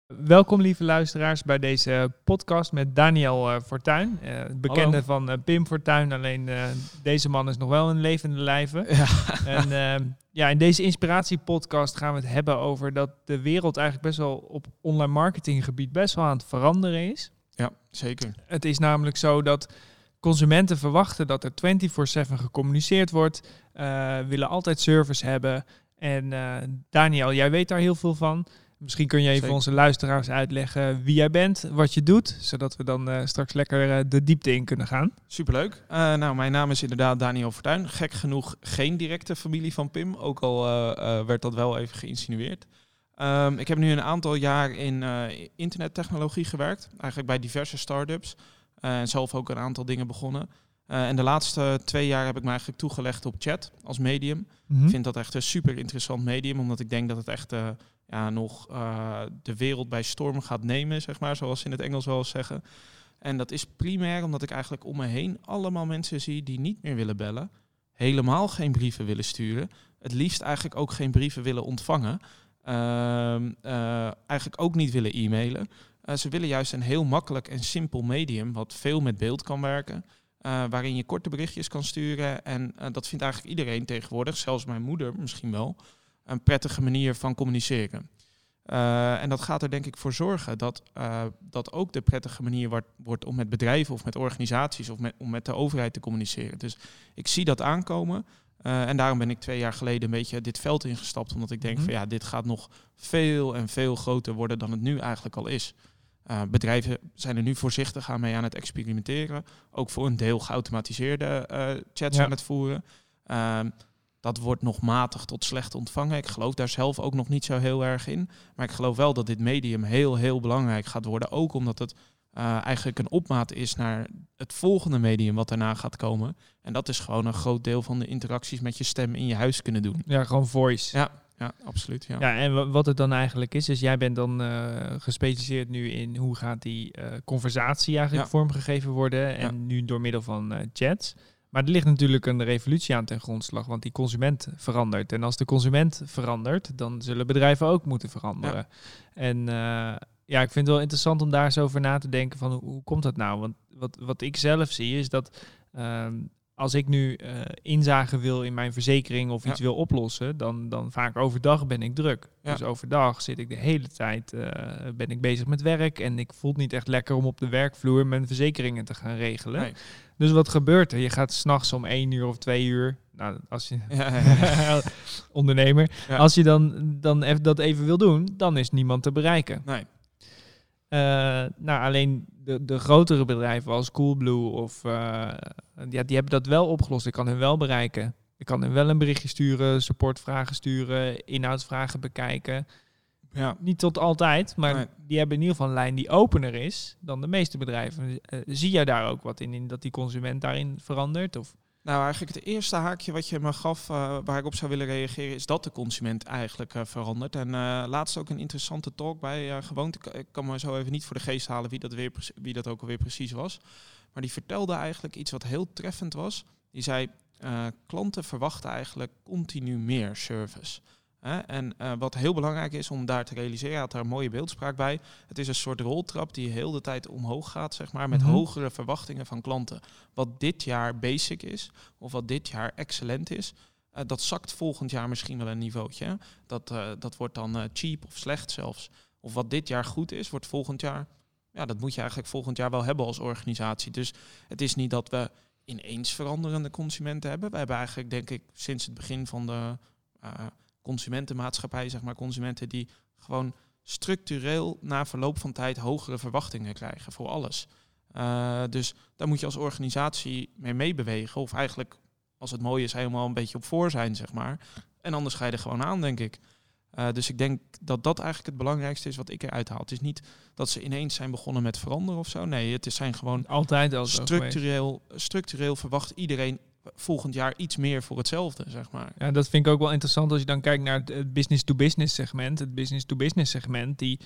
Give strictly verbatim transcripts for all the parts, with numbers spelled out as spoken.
Welkom lieve luisteraars bij deze podcast met Daniel uh, Fortuyn. Uh, bekende Hallo. van uh, Pim Fortuyn, alleen uh, deze man is nog wel een levende lijve. Ja. En uh, ja, in deze inspiratiepodcast gaan we het hebben over dat de wereld eigenlijk best wel op online marketinggebied best wel aan het veranderen is. Ja, zeker. Het is namelijk zo dat consumenten verwachten dat er vierentwintig zeven gecommuniceerd wordt, uh, willen altijd service hebben. En uh, Daniel, jij weet daar heel veel van. Misschien kun je even Zeker. onze luisteraars uitleggen wie jij bent, wat je doet, zodat we dan uh, straks lekker uh, de diepte in kunnen gaan. Superleuk. Uh, nou, mijn naam is inderdaad Daniel Fortuyn. Gek genoeg geen directe familie van Pim, ook al uh, uh, werd dat wel even geïnsinueerd. Um, ik heb nu een aantal jaar in uh, internettechnologie gewerkt, eigenlijk bij diverse start-ups. Uh, en zelf ook een aantal dingen begonnen. Uh, en de laatste twee jaar heb ik me eigenlijk toegelegd op chat als medium. Mm-hmm. Ik vind dat echt een super interessant medium, omdat ik denk dat het echt uh, ja, nog uh, de wereld bij storm gaat nemen, zeg maar, zoals ze in het Engels wel eens zeggen. En dat is primair omdat ik eigenlijk om me heen allemaal mensen zie die niet meer willen bellen, helemaal geen brieven willen sturen, het liefst eigenlijk ook geen brieven willen ontvangen, uh, uh, eigenlijk ook niet willen e-mailen. Uh, ze willen juist een heel makkelijk en simpel medium, wat veel met beeld kan werken. Uh, waarin je korte berichtjes kan sturen. En uh, dat vindt eigenlijk iedereen tegenwoordig, zelfs mijn moeder misschien wel, een prettige manier van communiceren. Uh, en dat gaat er denk ik voor zorgen dat uh, dat ook de prettige manier wordt, wordt om met bedrijven of met organisaties of met, om met de overheid te communiceren. Dus ik zie dat aankomen. Uh, en daarom ben ik twee jaar geleden een beetje dit veld ingestapt. Omdat ik denk mm-hmm. van ja, dit gaat nog veel en veel groter worden dan het nu eigenlijk al is. Uh, bedrijven zijn er nu voorzichtig aan mee aan het experimenteren. Ook voor een deel geautomatiseerde uh, chats ja. aan het voeren. Uh, dat wordt nog matig tot slecht ontvangen. Ik geloof daar zelf ook nog niet zo heel erg in. Maar ik geloof wel dat dit medium heel, heel belangrijk gaat worden. Ook omdat het uh, eigenlijk een opmaat is naar het volgende medium wat daarna gaat komen. En dat is gewoon een groot deel van de interacties met je stem in je huis kunnen doen. Ja, gewoon voice. Ja. Ja, absoluut. Ja. Ja, en wat het dan eigenlijk is, is jij bent dan uh, gespecialiseerd nu in hoe gaat die uh, conversatie eigenlijk ja. vormgegeven worden en ja. nu door middel van uh, chats. Maar er ligt natuurlijk een revolutie aan ten grondslag, want die consument verandert. En als de consument verandert, dan zullen bedrijven ook moeten veranderen. Ja. En uh, ja, ik vind het wel interessant om daar eens over na te denken van hoe, hoe komt dat nou? Want wat, wat ik zelf zie is dat Uh, als ik nu uh, inzage wil in mijn verzekering of iets ja. wil oplossen, dan, dan vaak overdag ben ik druk. Ja. Dus overdag zit ik de hele tijd, uh, ben ik bezig met werk en ik voel het niet echt lekker om op de werkvloer mijn verzekeringen te gaan regelen. Nee. Dus wat gebeurt er? Je gaat 's nachts om één uur of twee uur, nou, als je ja, ja, ja. ondernemer, ja. als je dan, dan even dat even wil doen, dan is niemand te bereiken. Nee. Uh, nou, alleen de, de grotere bedrijven als Coolblue of uh, ja, die hebben dat wel opgelost. Ik kan hen wel bereiken. Ik kan hen wel een berichtje sturen, supportvragen sturen, inhoudsvragen bekijken. Ja. Niet tot altijd, maar nee. die hebben in ieder geval een lijn die opener is dan de meeste bedrijven. Uh, zie jij daar ook wat in, in dat die consument daarin verandert? Of? Nou, eigenlijk het eerste haakje wat je me gaf, uh, waar ik op zou willen reageren, is dat de consument eigenlijk uh, verandert. En uh, laatst ook een interessante talk bij uh, Gewoonte. Ik kan me zo even niet voor de geest halen wie dat, weer, wie dat ook alweer precies was. Maar die vertelde eigenlijk iets wat heel treffend was. Die zei, uh, klanten verwachten eigenlijk continu meer service. Hè? En uh, wat heel belangrijk is om daar te realiseren, hij had daar een mooie beeldspraak bij. Het is een soort roltrap die heel de tijd omhoog gaat, zeg maar, met mm-hmm. hogere verwachtingen van klanten. Wat dit jaar basic is, of wat dit jaar excellent is, uh, dat zakt volgend jaar misschien wel een niveautje. Hè? Dat, uh, dat wordt dan uh, cheap of slecht zelfs. Of wat dit jaar goed is, wordt volgend jaar, ja, dat moet je eigenlijk volgend jaar wel hebben als organisatie. Dus het is niet dat we ineens veranderende consumenten hebben. We hebben eigenlijk, denk ik, sinds het begin van de Uh, consumentenmaatschappij, zeg maar, consumenten die gewoon structureel na verloop van tijd hogere verwachtingen krijgen voor alles. Uh, dus daar moet je als organisatie mee meebewegen. Of eigenlijk, als het mooi is, helemaal een beetje op voor zijn, zeg maar. En anders ga je er gewoon aan, denk ik. Uh, dus ik denk dat dat eigenlijk het belangrijkste is wat ik eruit haal. Het is niet dat ze ineens zijn begonnen met veranderen of zo. Nee, het is zijn gewoon altijd al structureel, structureel verwacht iedereen volgend jaar iets meer voor hetzelfde, zeg maar. Ja, dat vind ik ook wel interessant als je dan kijkt naar het business-to-business segment. Het business-to-business segment, die,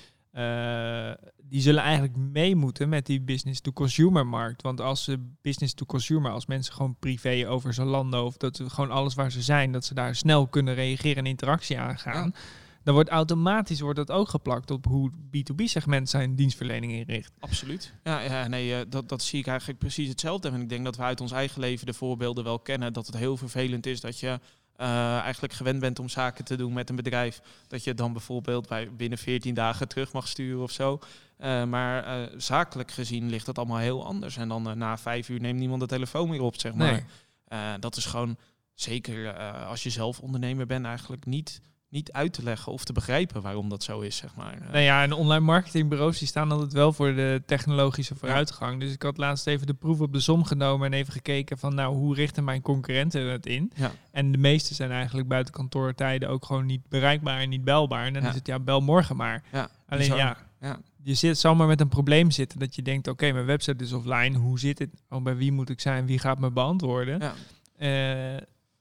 uh, die zullen eigenlijk mee moeten met die business-to-consumer markt. Want als ze business-to-consumer, als mensen gewoon privé over Zalando of dat gewoon alles waar ze zijn, dat ze daar snel kunnen reageren en interactie aangaan, ja. dan wordt automatisch wordt dat ook geplakt op hoe B to B segment zijn dienstverlening inricht. Absoluut. Ja, ja nee, uh, dat, dat zie ik eigenlijk precies hetzelfde. En ik denk dat we uit ons eigen leven de voorbeelden wel kennen, dat het heel vervelend is dat je uh, eigenlijk gewend bent om zaken te doen met een bedrijf, dat je dan bijvoorbeeld bij binnen veertien dagen terug mag sturen of zo. Uh, maar uh, zakelijk gezien ligt dat allemaal heel anders. En dan uh, na vijf uur neemt niemand de telefoon meer op, zeg maar. Nee. Uh, dat is gewoon, zeker uh, als je zelf ondernemer bent, eigenlijk niet, niet uit te leggen of te begrijpen waarom dat zo is, zeg maar. Uh, nou ja, en online marketingbureaus die staan altijd wel voor de technologische vooruitgang. Ja. Dus ik had laatst even de proef op de som genomen en even gekeken van, nou, hoe richten mijn concurrenten het in? Ja. En de meeste zijn eigenlijk buiten kantoortijden ook gewoon niet bereikbaar en niet belbaar. En dan ja. is het, ja, bel morgen maar. Ja, Alleen zo, ja... ja. Je zit, zal maar met een probleem zitten dat je denkt, oké, okay, mijn website is offline. Hoe zit het? Oh, bij wie moet ik zijn? Wie gaat me beantwoorden? Ja, uh,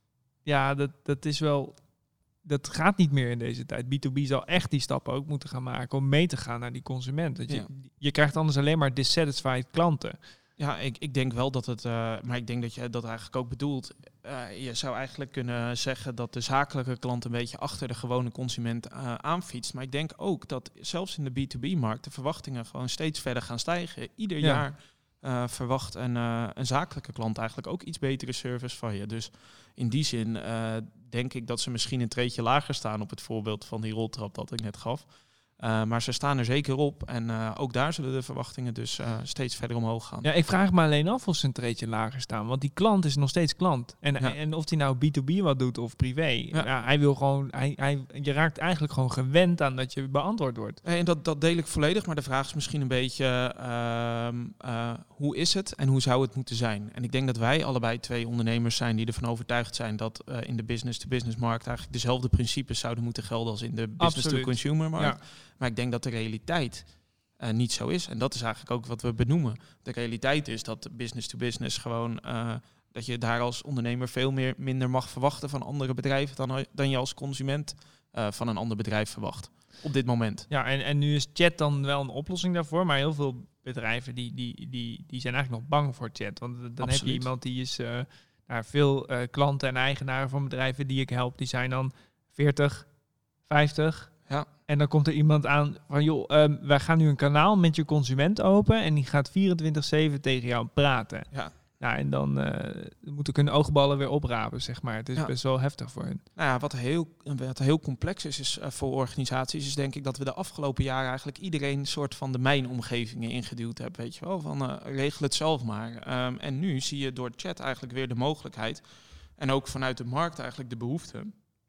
ja dat, dat is wel... Dat gaat niet meer in deze tijd. B to B zal echt die stappen ook moeten gaan maken om mee te gaan naar die consument. Dat je, ja. je krijgt anders alleen maar dissatisfied klanten. Ja, ik, ik denk wel dat het... Uh, maar ik denk dat je dat eigenlijk ook bedoelt. Uh, je zou eigenlijk kunnen zeggen dat de zakelijke klant een beetje achter de gewone consument uh, aanfietst. Maar ik denk ook dat zelfs in de B to B-markt de verwachtingen gewoon steeds verder gaan stijgen. Ieder ja. jaar uh, verwacht een, uh, een zakelijke klant eigenlijk ook iets betere service van je. Dus in die zin uh, denk ik dat ze misschien een treedje lager staan op het voorbeeld van die roltrap dat ik net gaf. Uh, maar ze staan er zeker op en uh, ook daar zullen de verwachtingen dus uh, steeds verder omhoog gaan. Ja, ik vraag me alleen af of ze een treedje lager staan, want die klant is nog steeds klant. En, ja. en of die nou B to B wat doet of privé, ja. Ja, hij wil gewoon, hij, hij, je raakt eigenlijk gewoon gewend aan dat je beantwoord wordt. En dat, dat deel ik volledig, maar de vraag is misschien een beetje, uh, uh, hoe is het en hoe zou het moeten zijn? En ik denk dat wij allebei twee ondernemers zijn die ervan overtuigd zijn dat uh, in de business-to-business markt eigenlijk dezelfde principes zouden moeten gelden als in de business-to-consumer markt. Ja. Maar ik denk dat de realiteit uh, niet zo is. En dat is eigenlijk ook wat we benoemen. De realiteit is dat business-to-business gewoon... Uh, dat je daar als ondernemer veel meer, minder mag verwachten van andere bedrijven dan, dan je als consument uh, van een ander bedrijf verwacht. Op dit moment. Ja, en, en nu is chat dan wel een oplossing daarvoor. Maar heel veel bedrijven die, die, die, die zijn eigenlijk nog bang voor chat. Want dan Absoluut. heb je iemand die is... Uh, nou, veel uh, klanten en eigenaren van bedrijven die ik help, die zijn dan veertig, vijftig... Ja. En dan komt er iemand aan van, joh, um, wij gaan nu een kanaal met je consument open en die gaat vierentwintig zeven tegen jou praten. Ja. Nou, en dan uh, moet ik hun oogballen weer oprapen, zeg maar. Het is ja. best wel heftig voor hen. Nou ja, wat heel, wat heel complex is, is uh, voor organisaties, is denk ik dat we de afgelopen jaren eigenlijk iedereen een soort van de mijnomgevingen ingeduwd hebben, weet je wel, van uh, regel het zelf maar. Um, en nu zie je door chat eigenlijk weer de mogelijkheid en ook vanuit de markt eigenlijk de behoefte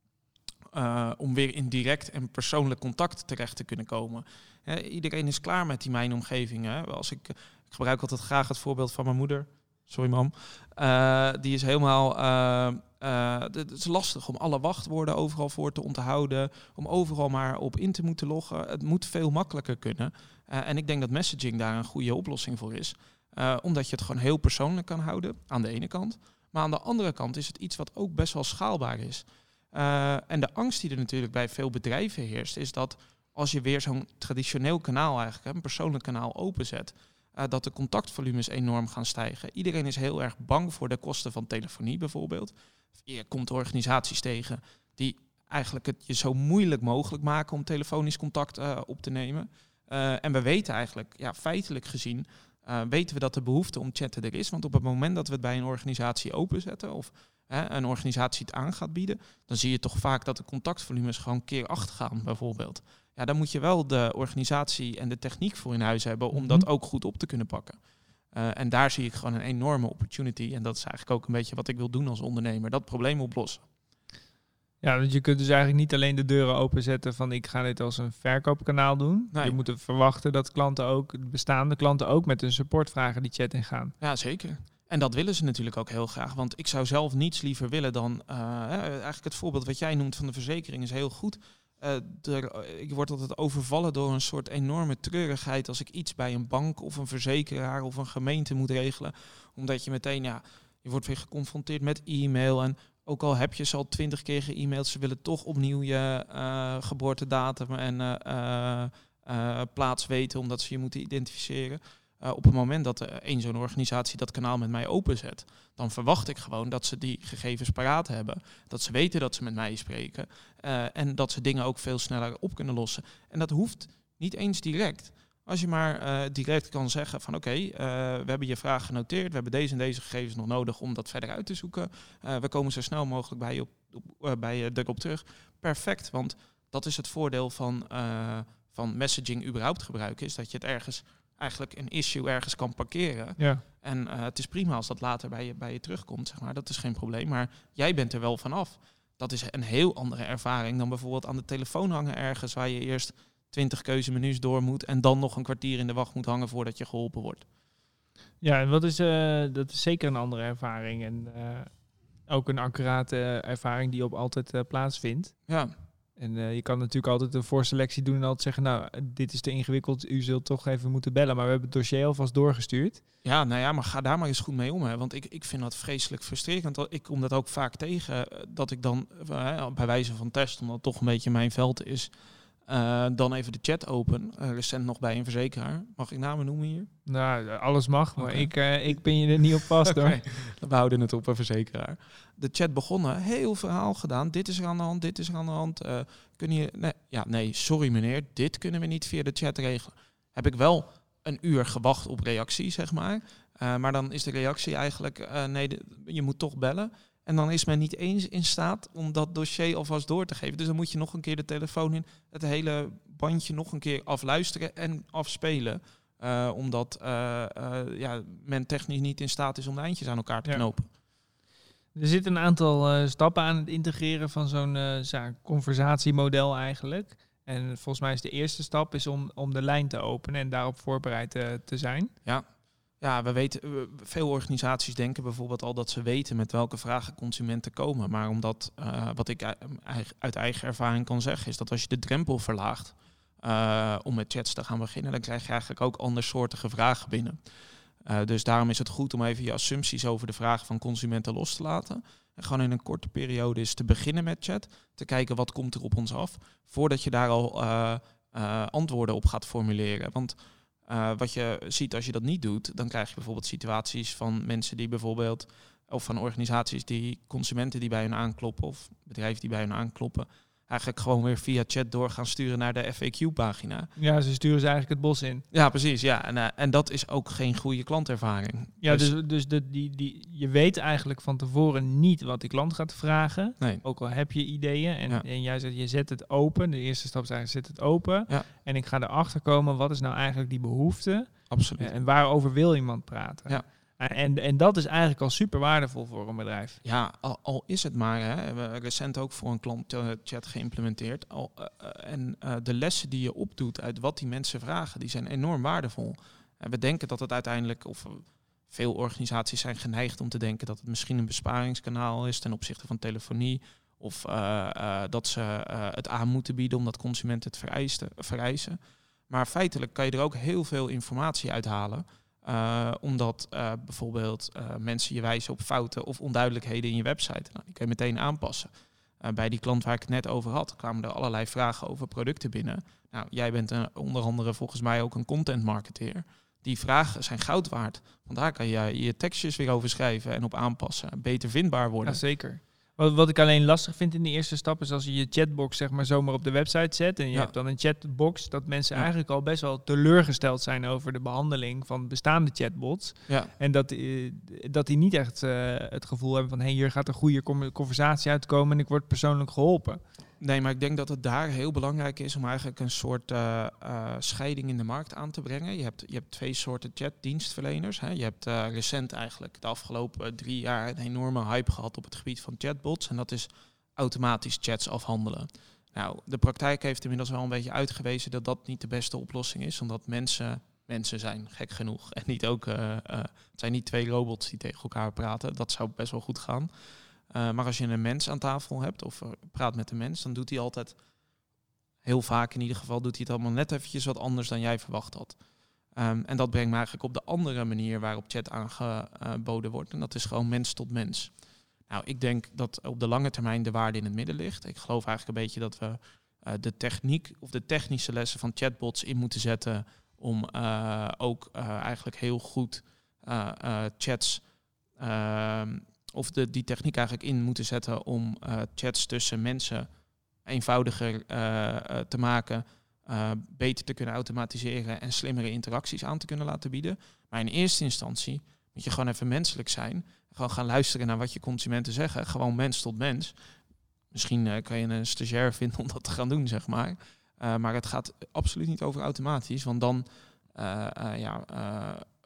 Uh, om weer in direct en persoonlijk contact terecht te kunnen komen. He, iedereen is klaar met die mijnomgeving. Hè. Als ik, ik gebruik altijd graag het voorbeeld van mijn moeder. Sorry, mam. Uh, die is helemaal... Uh, uh, het is lastig om alle wachtwoorden overal voor te onthouden. Om overal maar op in te moeten loggen. Het moet veel makkelijker kunnen. Uh, en ik denk dat messaging daar een goede oplossing voor is. Uh, omdat je het gewoon heel persoonlijk kan houden. Aan de ene kant. Maar aan de andere kant is het iets wat ook best wel schaalbaar is. Uh, en de angst die er natuurlijk bij veel bedrijven heerst, is dat als je weer zo'n traditioneel kanaal eigenlijk, een persoonlijk kanaal openzet, uh, dat de contactvolumes enorm gaan stijgen. Iedereen is heel erg bang voor de kosten van telefonie bijvoorbeeld. Je komt organisaties tegen die eigenlijk het je zo moeilijk mogelijk maken om telefonisch contact uh, op te nemen. Uh, en we weten eigenlijk, ja, feitelijk gezien, uh, weten we dat de behoefte om chatten er is. Want op het moment dat we het bij een organisatie openzetten of hè, een organisatie het aan gaat bieden, dan zie je toch vaak dat de contactvolumes gewoon keer acht gaan bijvoorbeeld. Ja, dan moet je wel de organisatie en de techniek voor in huis hebben om mm-hmm. dat ook goed op te kunnen pakken. Uh, en daar zie ik gewoon een enorme opportunity. En dat is eigenlijk ook een beetje wat ik wil doen als ondernemer. Dat probleem oplossen. Ja, want je kunt dus eigenlijk niet alleen de deuren openzetten van ik ga dit als een verkoopkanaal doen. Nee. Je moet verwachten dat klanten ook, bestaande klanten ook met hun supportvragen die chat ingaan. Ja, zeker. En dat willen ze natuurlijk ook heel graag. Want ik zou zelf niets liever willen dan... Uh, eigenlijk het voorbeeld wat jij noemt van de verzekering is heel goed. Uh, er, ik word altijd overvallen door een soort enorme treurigheid als ik iets bij een bank of een verzekeraar of een gemeente moet regelen. Omdat je meteen, ja, je wordt weer geconfronteerd met e-mail. En ook al heb je ze al twintig keer ge-e-mailed, ze willen toch opnieuw je uh, geboortedatum en uh, uh, uh, plaats weten omdat ze je moeten identificeren. Uh, op het moment dat uh, één zo'n organisatie dat kanaal met mij openzet, dan verwacht ik gewoon dat ze die gegevens paraat hebben. Dat ze weten dat ze met mij spreken. Uh, en dat ze dingen ook veel sneller op kunnen lossen. En dat hoeft niet eens direct. Als je maar uh, direct kan zeggen van oké, okay, uh, we hebben je vraag genoteerd. We hebben deze en deze gegevens nog nodig om dat verder uit te zoeken. Uh, we komen zo snel mogelijk bij je, op, op, uh, bij je erop terug. Perfect, want dat is het voordeel van, uh, van messaging überhaupt gebruiken. Is dat je het ergens, eigenlijk een issue ergens kan parkeren. Ja. En uh, het is prima als dat later bij je, bij je terugkomt, zeg maar. Dat is geen probleem, maar jij bent er wel vanaf. Dat is een heel andere ervaring dan bijvoorbeeld aan de telefoon hangen ergens waar je eerst twintig keuzemenu's door moet en dan nog een kwartier in de wacht moet hangen voordat je geholpen wordt. Ja, en wat is, uh, dat is zeker een andere ervaring. En uh, ook een accurate uh, ervaring die op altijd uh, plaatsvindt. Ja. En uh, je kan natuurlijk altijd een voorselectie doen en altijd zeggen, nou, dit is te ingewikkeld, u zult toch even moeten bellen. Maar we hebben het dossier alvast doorgestuurd. Ja, nou ja, maar ga daar maar eens goed mee om. Hè. Want ik, ik vind dat vreselijk frustrerend. Ik kom dat ook vaak tegen, dat ik dan, uh, bij wijze van test, omdat het toch een beetje mijn veld is, Uh, dan even de chat open. Uh, recent nog bij een verzekeraar. Mag ik namen noemen hier? Nou, alles mag, maar okay. ik, uh, ik ben je er niet op vast okay. hoor. We houden het op een verzekeraar. De chat begonnen, heel verhaal gedaan. Dit is er aan de hand, dit is er aan de hand. Uh, kun je... Nee, ja, nee, sorry meneer. Dit kunnen we niet via de chat regelen. Heb ik wel een uur gewacht op reactie, zeg maar. Uh, maar dan is de reactie eigenlijk, uh, nee, de, je moet toch bellen. En dan is men niet eens in staat om dat dossier alvast door te geven. Dus dan moet je nog een keer de telefoon in, het hele bandje nog een keer afluisteren en afspelen. Uh, omdat uh, uh, ja, men technisch niet in staat is om de eindjes aan elkaar te ja. knopen. Er zitten een aantal uh, stappen aan het integreren van zo'n uh, conversatiemodel eigenlijk. En volgens mij is de eerste stap is om, om de lijn te openen en daarop voorbereid uh, te zijn. Ja. Ja, we weten, veel organisaties denken bijvoorbeeld al dat ze weten met welke vragen consumenten komen. Maar omdat, uh, wat ik uit eigen ervaring kan zeggen, is dat als je de drempel verlaagt uh, om met chats te gaan beginnen, dan krijg je eigenlijk ook andersoortige vragen binnen. Uh, dus daarom is het goed om even je assumpties over de vragen van consumenten los te laten. En gewoon in een korte periode is te beginnen met chat, te kijken wat komt er op ons af, voordat je daar al uh, uh, antwoorden op gaat formuleren. Want Uh, wat je ziet als je dat niet doet, dan krijg je bijvoorbeeld situaties van mensen die bijvoorbeeld, of van organisaties die consumenten die bij hun aankloppen, of bedrijven die bij hun aankloppen, eigenlijk gewoon weer via chat door gaan sturen naar de F A Q-pagina. Ja, ze sturen ze eigenlijk het bos in. Ja, precies. Ja. En, uh, en dat is ook geen goede klantervaring. Ja, dus, dus, dus de, die, die, je weet eigenlijk van tevoren niet wat die klant gaat vragen. Nee. Ook al heb je ideeën. En, ja. en jij zegt, je zet het open. De eerste stap is eigenlijk, zet het open. Ja. En ik ga erachter komen, wat is nou eigenlijk die behoefte? Absoluut. En waarover wil iemand praten? Ja. En, en dat is eigenlijk al super waardevol voor een bedrijf. Ja, al, al is het maar. Hè, we hebben recent ook voor een klant uh, chat geïmplementeerd. Al, uh, uh, en uh, de lessen die je opdoet uit wat die mensen vragen, die zijn enorm waardevol. Uh, we denken dat het uiteindelijk, of uh, veel organisaties zijn geneigd om te denken dat het misschien een besparingskanaal is ten opzichte van telefonie. Of uh, uh, dat ze uh, het aan moeten bieden omdat consumenten het vereisten, vereisen. Maar feitelijk kan je er ook heel veel informatie uithalen. Uh, omdat uh, bijvoorbeeld uh, mensen je wijzen op fouten of onduidelijkheden in je website. Nou, die kun je meteen aanpassen. Uh, bij die klant waar ik het net over had, kwamen er allerlei vragen over producten binnen. Nou, jij bent uh, onder andere volgens mij ook een content marketeer. Die vragen zijn goud waard. Want daar kan je je tekstjes weer over schrijven en op aanpassen. Beter vindbaar worden. Ja, zeker. Wat, wat ik alleen lastig vind in de eerste stap is als je je chatbox zeg maar zomaar op de website zet en je ja. hebt dan een chatbox, dat mensen ja. eigenlijk al best wel teleurgesteld zijn over de behandeling van bestaande chatbots. Ja. En dat, uh, dat die niet echt uh, het gevoel hebben van hé, hey, hier gaat een goede conversatie uitkomen en ik word persoonlijk geholpen. Nee, maar ik denk dat het daar heel belangrijk is om eigenlijk een soort uh, uh, scheiding in de markt aan te brengen. Je hebt, je hebt twee soorten chatdienstverleners. Hè. Je hebt uh, recent eigenlijk de afgelopen uh, drie jaar een enorme hype gehad op het gebied van chatbots. En dat is automatisch chats afhandelen. Nou, de praktijk heeft inmiddels wel een beetje uitgewezen dat dat niet de beste oplossing is. Omdat mensen, mensen zijn gek genoeg. En niet ook, uh, uh, het zijn niet twee robots die tegen elkaar praten. Dat zou best wel goed gaan. Uh, maar als je een mens aan tafel hebt of uh, praat met een mens, dan doet hij altijd, heel vaak in ieder geval, doet hij het allemaal net eventjes wat anders dan jij verwacht had. Um, en dat brengt me eigenlijk op de andere manier waarop chat aangeboden wordt. En dat is gewoon mens tot mens. Nou, ik denk dat op de lange termijn de waarde in het midden ligt. Ik geloof eigenlijk een beetje dat we uh, de techniek of de technische lessen van chatbots in moeten zetten om uh, ook uh, eigenlijk heel goed uh, uh, chats uh, of de, die techniek eigenlijk in moeten zetten om uh, chats tussen mensen eenvoudiger uh, uh, te maken, uh, beter te kunnen automatiseren en slimmere interacties aan te kunnen laten bieden. Maar in eerste instantie moet je gewoon even menselijk zijn. Gewoon gaan luisteren naar wat je consumenten zeggen. Gewoon mens tot mens. Misschien uh, kan je een stagiair vinden om dat te gaan doen, zeg maar. Uh, maar het gaat absoluut niet over automatisch. Want dan uh, uh, ja, uh,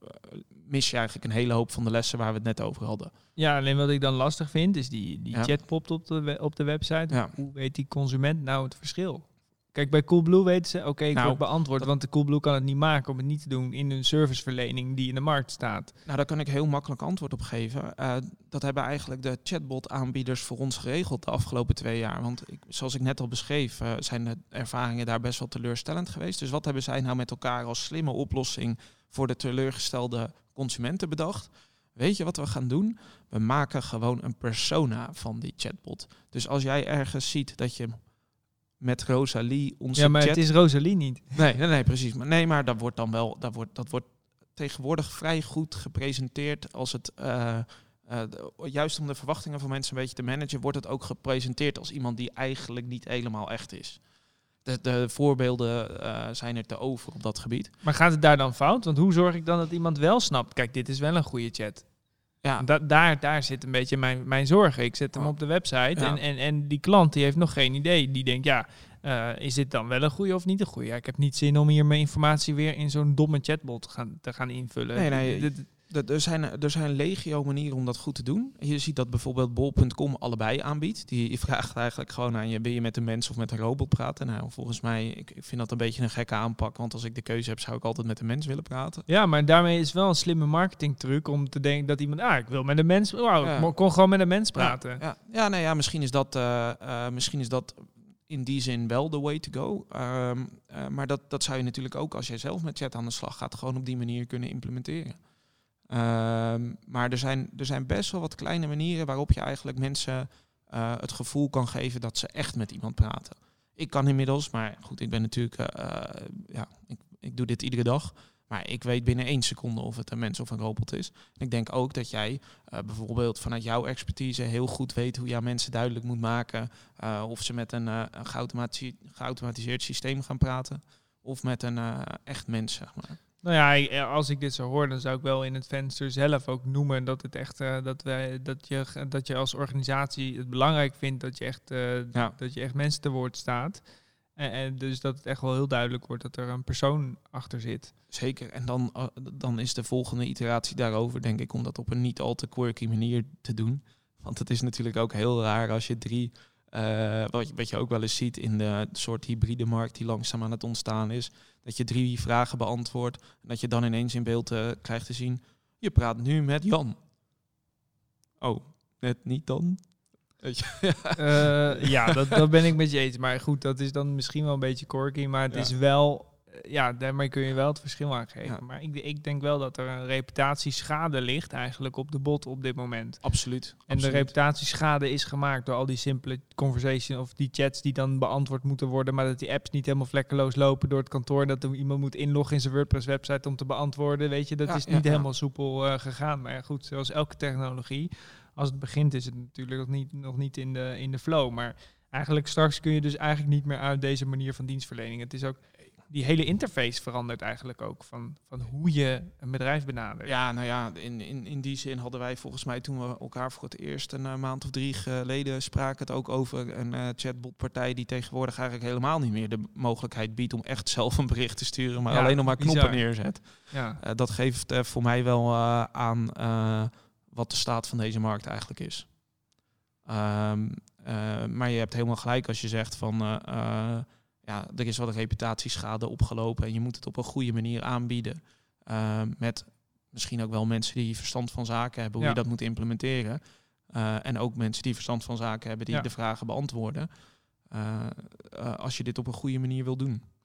mis je eigenlijk een hele hoop van de lessen waar we het net over hadden. Ja, alleen wat ik dan lastig vind, is die, die ja. chat popt op de, we- op de website. Ja. Hoe weet die consument nou het verschil? Kijk, bij Coolblue weten ze, oké, okay, ik nou, word beantwoord, dat... want de Coolblue kan het niet maken om het niet te doen in een serviceverlening die in de markt staat. Nou, daar kan ik heel makkelijk antwoord op geven. Uh, dat hebben eigenlijk de chatbot-aanbieders voor ons geregeld de afgelopen twee jaar. Want ik, zoals ik net al beschreef, uh, zijn de ervaringen daar best wel teleurstellend geweest. Dus wat hebben zij nou met elkaar als slimme oplossing voor de teleurgestelde consumenten bedacht? Weet je wat we gaan doen? We maken gewoon een persona van die chatbot. Dus als jij ergens ziet dat je met Rosalie onze Ja, maar chat... het is Rosalie niet. Nee, nee, nee, precies. Maar nee, maar dat wordt dan wel, dat wordt, dat wordt tegenwoordig vrij goed gepresenteerd als het, uh, uh, juist om de verwachtingen van mensen een beetje te managen, wordt het ook gepresenteerd als iemand die eigenlijk niet helemaal echt is. De, de voorbeelden uh, zijn er te over op dat gebied. Maar gaat het daar dan fout? Want hoe zorg ik dan dat iemand wel snapt, kijk, dit is wel een goede chat. Ja. Da- daar, daar zit een beetje mijn, mijn zorgen. Ik zet hem Oh. op de website Ja. en, en, en die klant die heeft nog geen idee. Die denkt, ja, uh, is dit dan wel een goede of niet een goede? Ja, ik heb niet zin om hier mijn informatie weer in zo'n domme chatbot te gaan, te gaan invullen. Nee, nee, D- d- d- er zijn, er zijn legio manieren om dat goed te doen. Je ziet dat bijvoorbeeld bol punt com allebei aanbiedt. Die vraagt eigenlijk gewoon aan je, ben je met een mens of met een robot praten? Nou, volgens mij, ik, ik vind dat een beetje een gekke aanpak. Want als ik de keuze heb, zou ik altijd met een mens willen praten. Ja, maar daarmee is wel een slimme marketingtruc om te denken dat iemand, ah, ik wil met een mens, wow, Ja. ik mo- kon gewoon met een mens praten. Ja, ja, ja, nee, ja misschien, is dat, uh, uh, misschien is dat in die zin wel the way to go. Um, uh, maar dat, dat zou je natuurlijk ook, als jij zelf met chat aan de slag gaat, gewoon op die manier kunnen implementeren. Um, maar er zijn, er zijn best wel wat kleine manieren waarop je eigenlijk mensen uh, het gevoel kan geven dat ze echt met iemand praten. Ik kan inmiddels, maar goed, ik ben natuurlijk, uh, uh, ja, ik, ik doe dit iedere dag. Maar ik weet binnen één seconde of het een mens of een robot is. En ik denk ook dat jij uh, bijvoorbeeld vanuit jouw expertise heel goed weet hoe je aan mensen duidelijk moet maken uh, of ze met een, uh, een geautomati- geautomatiseerd systeem gaan praten of met een uh, echt mens, zeg maar. Nou ja, als ik dit zo hoor, dan zou ik wel in het venster zelf ook noemen dat het echt uh, dat wij dat je dat je als organisatie het belangrijk vindt dat je echt uh, ja. dat je echt mensen te woord staat. En, en dus dat het echt wel heel duidelijk wordt dat er een persoon achter zit. Zeker. En dan, uh, dan is de volgende iteratie daarover, denk ik, om dat op een niet al te quirky manier te doen. Want het is natuurlijk ook heel raar als je drie, uh, wat, je, wat je ook wel eens ziet in de soort hybride markt die langzaam aan het ontstaan is, dat je drie vragen beantwoordt en dat je dan ineens in beeld uh, krijgt te zien, je praat nu met Jan. Oh, net niet dan? uh, ja, dat, dat ben ik met je eens. Maar goed, dat is dan misschien wel een beetje quirky. Maar het ja. is wel... Ja, daarmee kun je wel het verschil aangeven. Ja. Maar ik, ik denk wel dat er een reputatieschade ligt eigenlijk op de bot op dit moment. Absoluut. En absoluut. de reputatieschade is gemaakt door al die simpele conversation of die chats die dan beantwoord moeten worden, maar dat die apps niet helemaal vlekkeloos lopen door het kantoor. Dat er iemand moet inloggen in zijn WordPress website om te beantwoorden. Weet je, dat ja, is niet ja, helemaal ja. soepel uh, gegaan. Maar goed, zoals elke technologie, als het begint is het natuurlijk nog niet, nog niet in de, in de flow. Maar eigenlijk straks kun je dus eigenlijk niet meer uit deze manier van dienstverlening. Het is ook... Die hele interface verandert eigenlijk ook van, van hoe je een bedrijf benadert. Ja, nou ja, in, in, in die zin hadden wij volgens mij toen we elkaar voor het eerst een uh, maand of drie geleden spraken het ook over een uh, chatbotpartij die tegenwoordig eigenlijk helemaal niet meer de mogelijkheid biedt om echt zelf een bericht te sturen, maar ja, alleen nog maar knoppen bizar. neerzet. Ja. Uh, dat geeft uh, voor mij wel uh, aan uh, wat de staat van deze markt eigenlijk is. Um, uh, maar je hebt helemaal gelijk als je zegt van... Uh, uh, Ja, er is wat reputatieschade opgelopen en je moet het op een goede manier aanbieden. Uh, met misschien ook wel mensen die verstand van zaken hebben, hoe ja. je dat moet implementeren. Uh, en ook mensen die verstand van zaken hebben die ja. de vragen beantwoorden. Uh, uh, als je dit op een goede manier wil doen.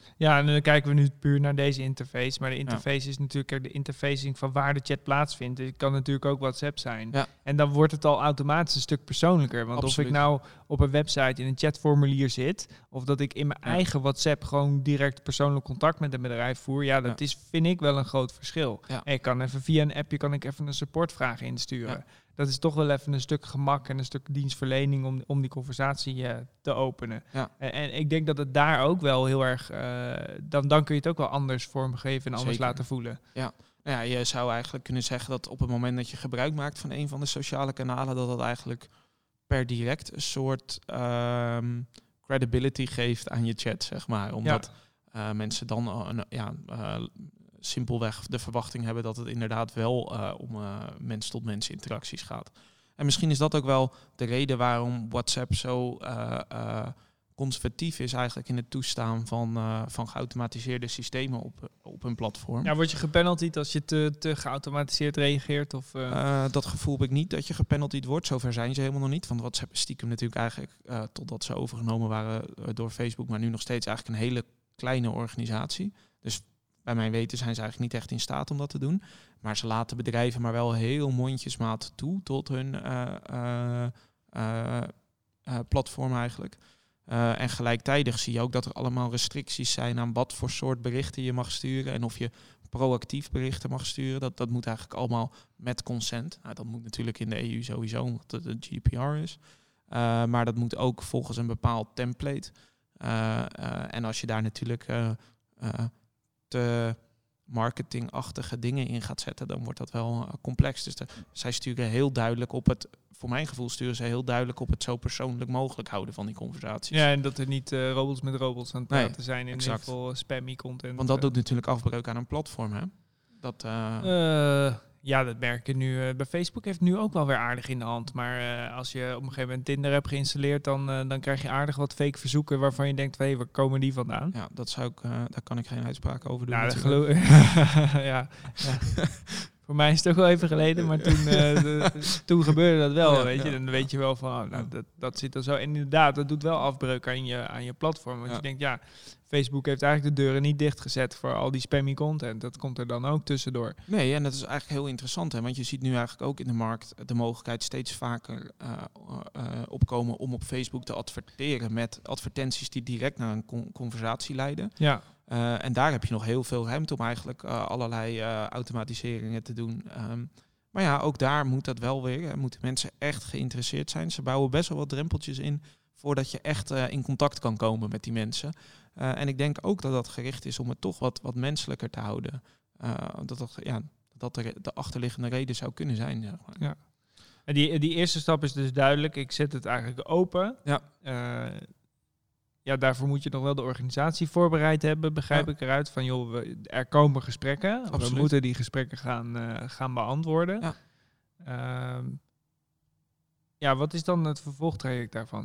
Ja, en dan kijken we nu puur naar deze interface. Maar de interface ja. is natuurlijk de interfacing van waar de chat plaatsvindt. Het kan natuurlijk ook WhatsApp zijn. Ja. En dan wordt het al automatisch een stuk persoonlijker. Want Absoluut. Of ik nou op een website in een chatformulier zit, of dat ik in mijn ja. eigen WhatsApp gewoon direct persoonlijk contact met een bedrijf voer, ja, dat ja. is, vind ik wel een groot verschil. Ja. En ik kan even via een appje kan ik even een supportvraag insturen. Ja. Dat is toch wel even een stuk gemak en een stuk dienstverlening om, om die conversatie uh, te openen. Ja. En, en ik denk dat het daar ook wel heel erg, uh, dan, dan kun je het ook wel anders vormgeven en anders Zeker. laten voelen. Ja. Nou ja, je zou eigenlijk kunnen zeggen dat op het moment dat je gebruik maakt van een van de sociale kanalen, dat dat eigenlijk per direct een soort um, credibility geeft aan je chat, zeg maar. Omdat ja. uh, mensen dan uh, ja, uh, simpelweg de verwachting hebben dat het inderdaad wel uh, om uh, mens-tot-mens interacties gaat. En misschien is dat ook wel de reden waarom WhatsApp zo uh, uh, conservatief is eigenlijk in het toestaan van, uh, van geautomatiseerde systemen op, op hun platform. Ja, word je gepenaltied als je te, te geautomatiseerd reageert? Of, uh... Uh, dat gevoel heb ik niet dat je gepenaltied wordt. Zover zijn ze helemaal nog niet. Want WhatsApp is stiekem natuurlijk eigenlijk, uh, totdat ze overgenomen waren uh, door Facebook, maar nu nog steeds eigenlijk een hele kleine organisatie. Dus bij mijn weten zijn ze eigenlijk niet echt in staat om dat te doen. Maar ze laten bedrijven maar wel heel mondjesmaat toe tot hun uh, uh, uh, uh, platform eigenlijk. Uh, en gelijktijdig zie je ook dat er allemaal restricties zijn aan wat voor soort berichten je mag sturen en of je proactief berichten mag sturen. Dat, dat moet eigenlijk allemaal met consent. Nou, dat moet natuurlijk in de E U sowieso, omdat het de G D P R is. Uh, maar dat moet ook volgens een bepaald template. Uh, uh, en als je daar natuurlijk uh, uh, te marketingachtige dingen in gaat zetten, dan wordt dat wel uh, complex. Dus de, zij sturen heel duidelijk op het, voor mijn gevoel sturen ze heel duidelijk op het zo persoonlijk mogelijk houden van die conversaties. Ja, en dat er niet uh, robots met robots aan het praten nee, zijn in exact. Ieder geval spammy content. Want dat doet natuurlijk afbreuk aan een platform, hè? Dat, uh... Uh, ja, dat merk je nu. Uh, bij Facebook heeft het nu ook wel weer aardig in de hand. Maar uh, als je op een gegeven moment Tinder hebt geïnstalleerd, dan, uh, dan krijg je aardig wat fake verzoeken waarvan je denkt, hé, hey, waar komen die vandaan? Ja, dat zou ik, uh, daar kan ik geen uitspraak over doen. Nou, dat geloof ja, ja. Voor mij is het ook wel even geleden, maar toen, uh, de, toen gebeurde dat wel, ja, weet je. Ja. Dan weet je wel van, oh, nou, dat, dat zit er zo. En inderdaad, dat doet wel afbreuk aan je, aan je platform. Want ja. je denkt, ja, Facebook heeft eigenlijk de deuren niet dichtgezet voor al die spammy content. Dat komt er dan ook tussendoor. Nee, en dat is eigenlijk heel interessant, hè. Want je ziet nu eigenlijk ook in de markt de mogelijkheid steeds vaker uh, uh, opkomen om op Facebook te adverteren met advertenties die direct naar een con- conversatie leiden. Ja. Uh, en daar heb je nog heel veel ruimte om eigenlijk uh, allerlei uh, automatiseringen te doen. Um, maar ja, ook daar moet dat wel weer. Uh, moeten mensen echt geïnteresseerd zijn. Ze bouwen best wel wat drempeltjes in voordat je echt uh, in contact kan komen met die mensen. Uh, en ik denk ook dat dat gericht is om het toch wat, wat menselijker te houden. Uh, dat dat, ja, dat de, de achterliggende reden zou kunnen zijn. Zeg maar. Ja. En die, die eerste stap is dus duidelijk. Ik zet het eigenlijk open. Ja. Uh, Ja, daarvoor moet je nog wel de organisatie voorbereid hebben, begrijp ja. ik eruit. Van joh, we, er komen gesprekken. Absoluut. We moeten die gesprekken gaan, uh, gaan beantwoorden. Ja. Uh, ja, wat is dan het vervolgtraject daarvan?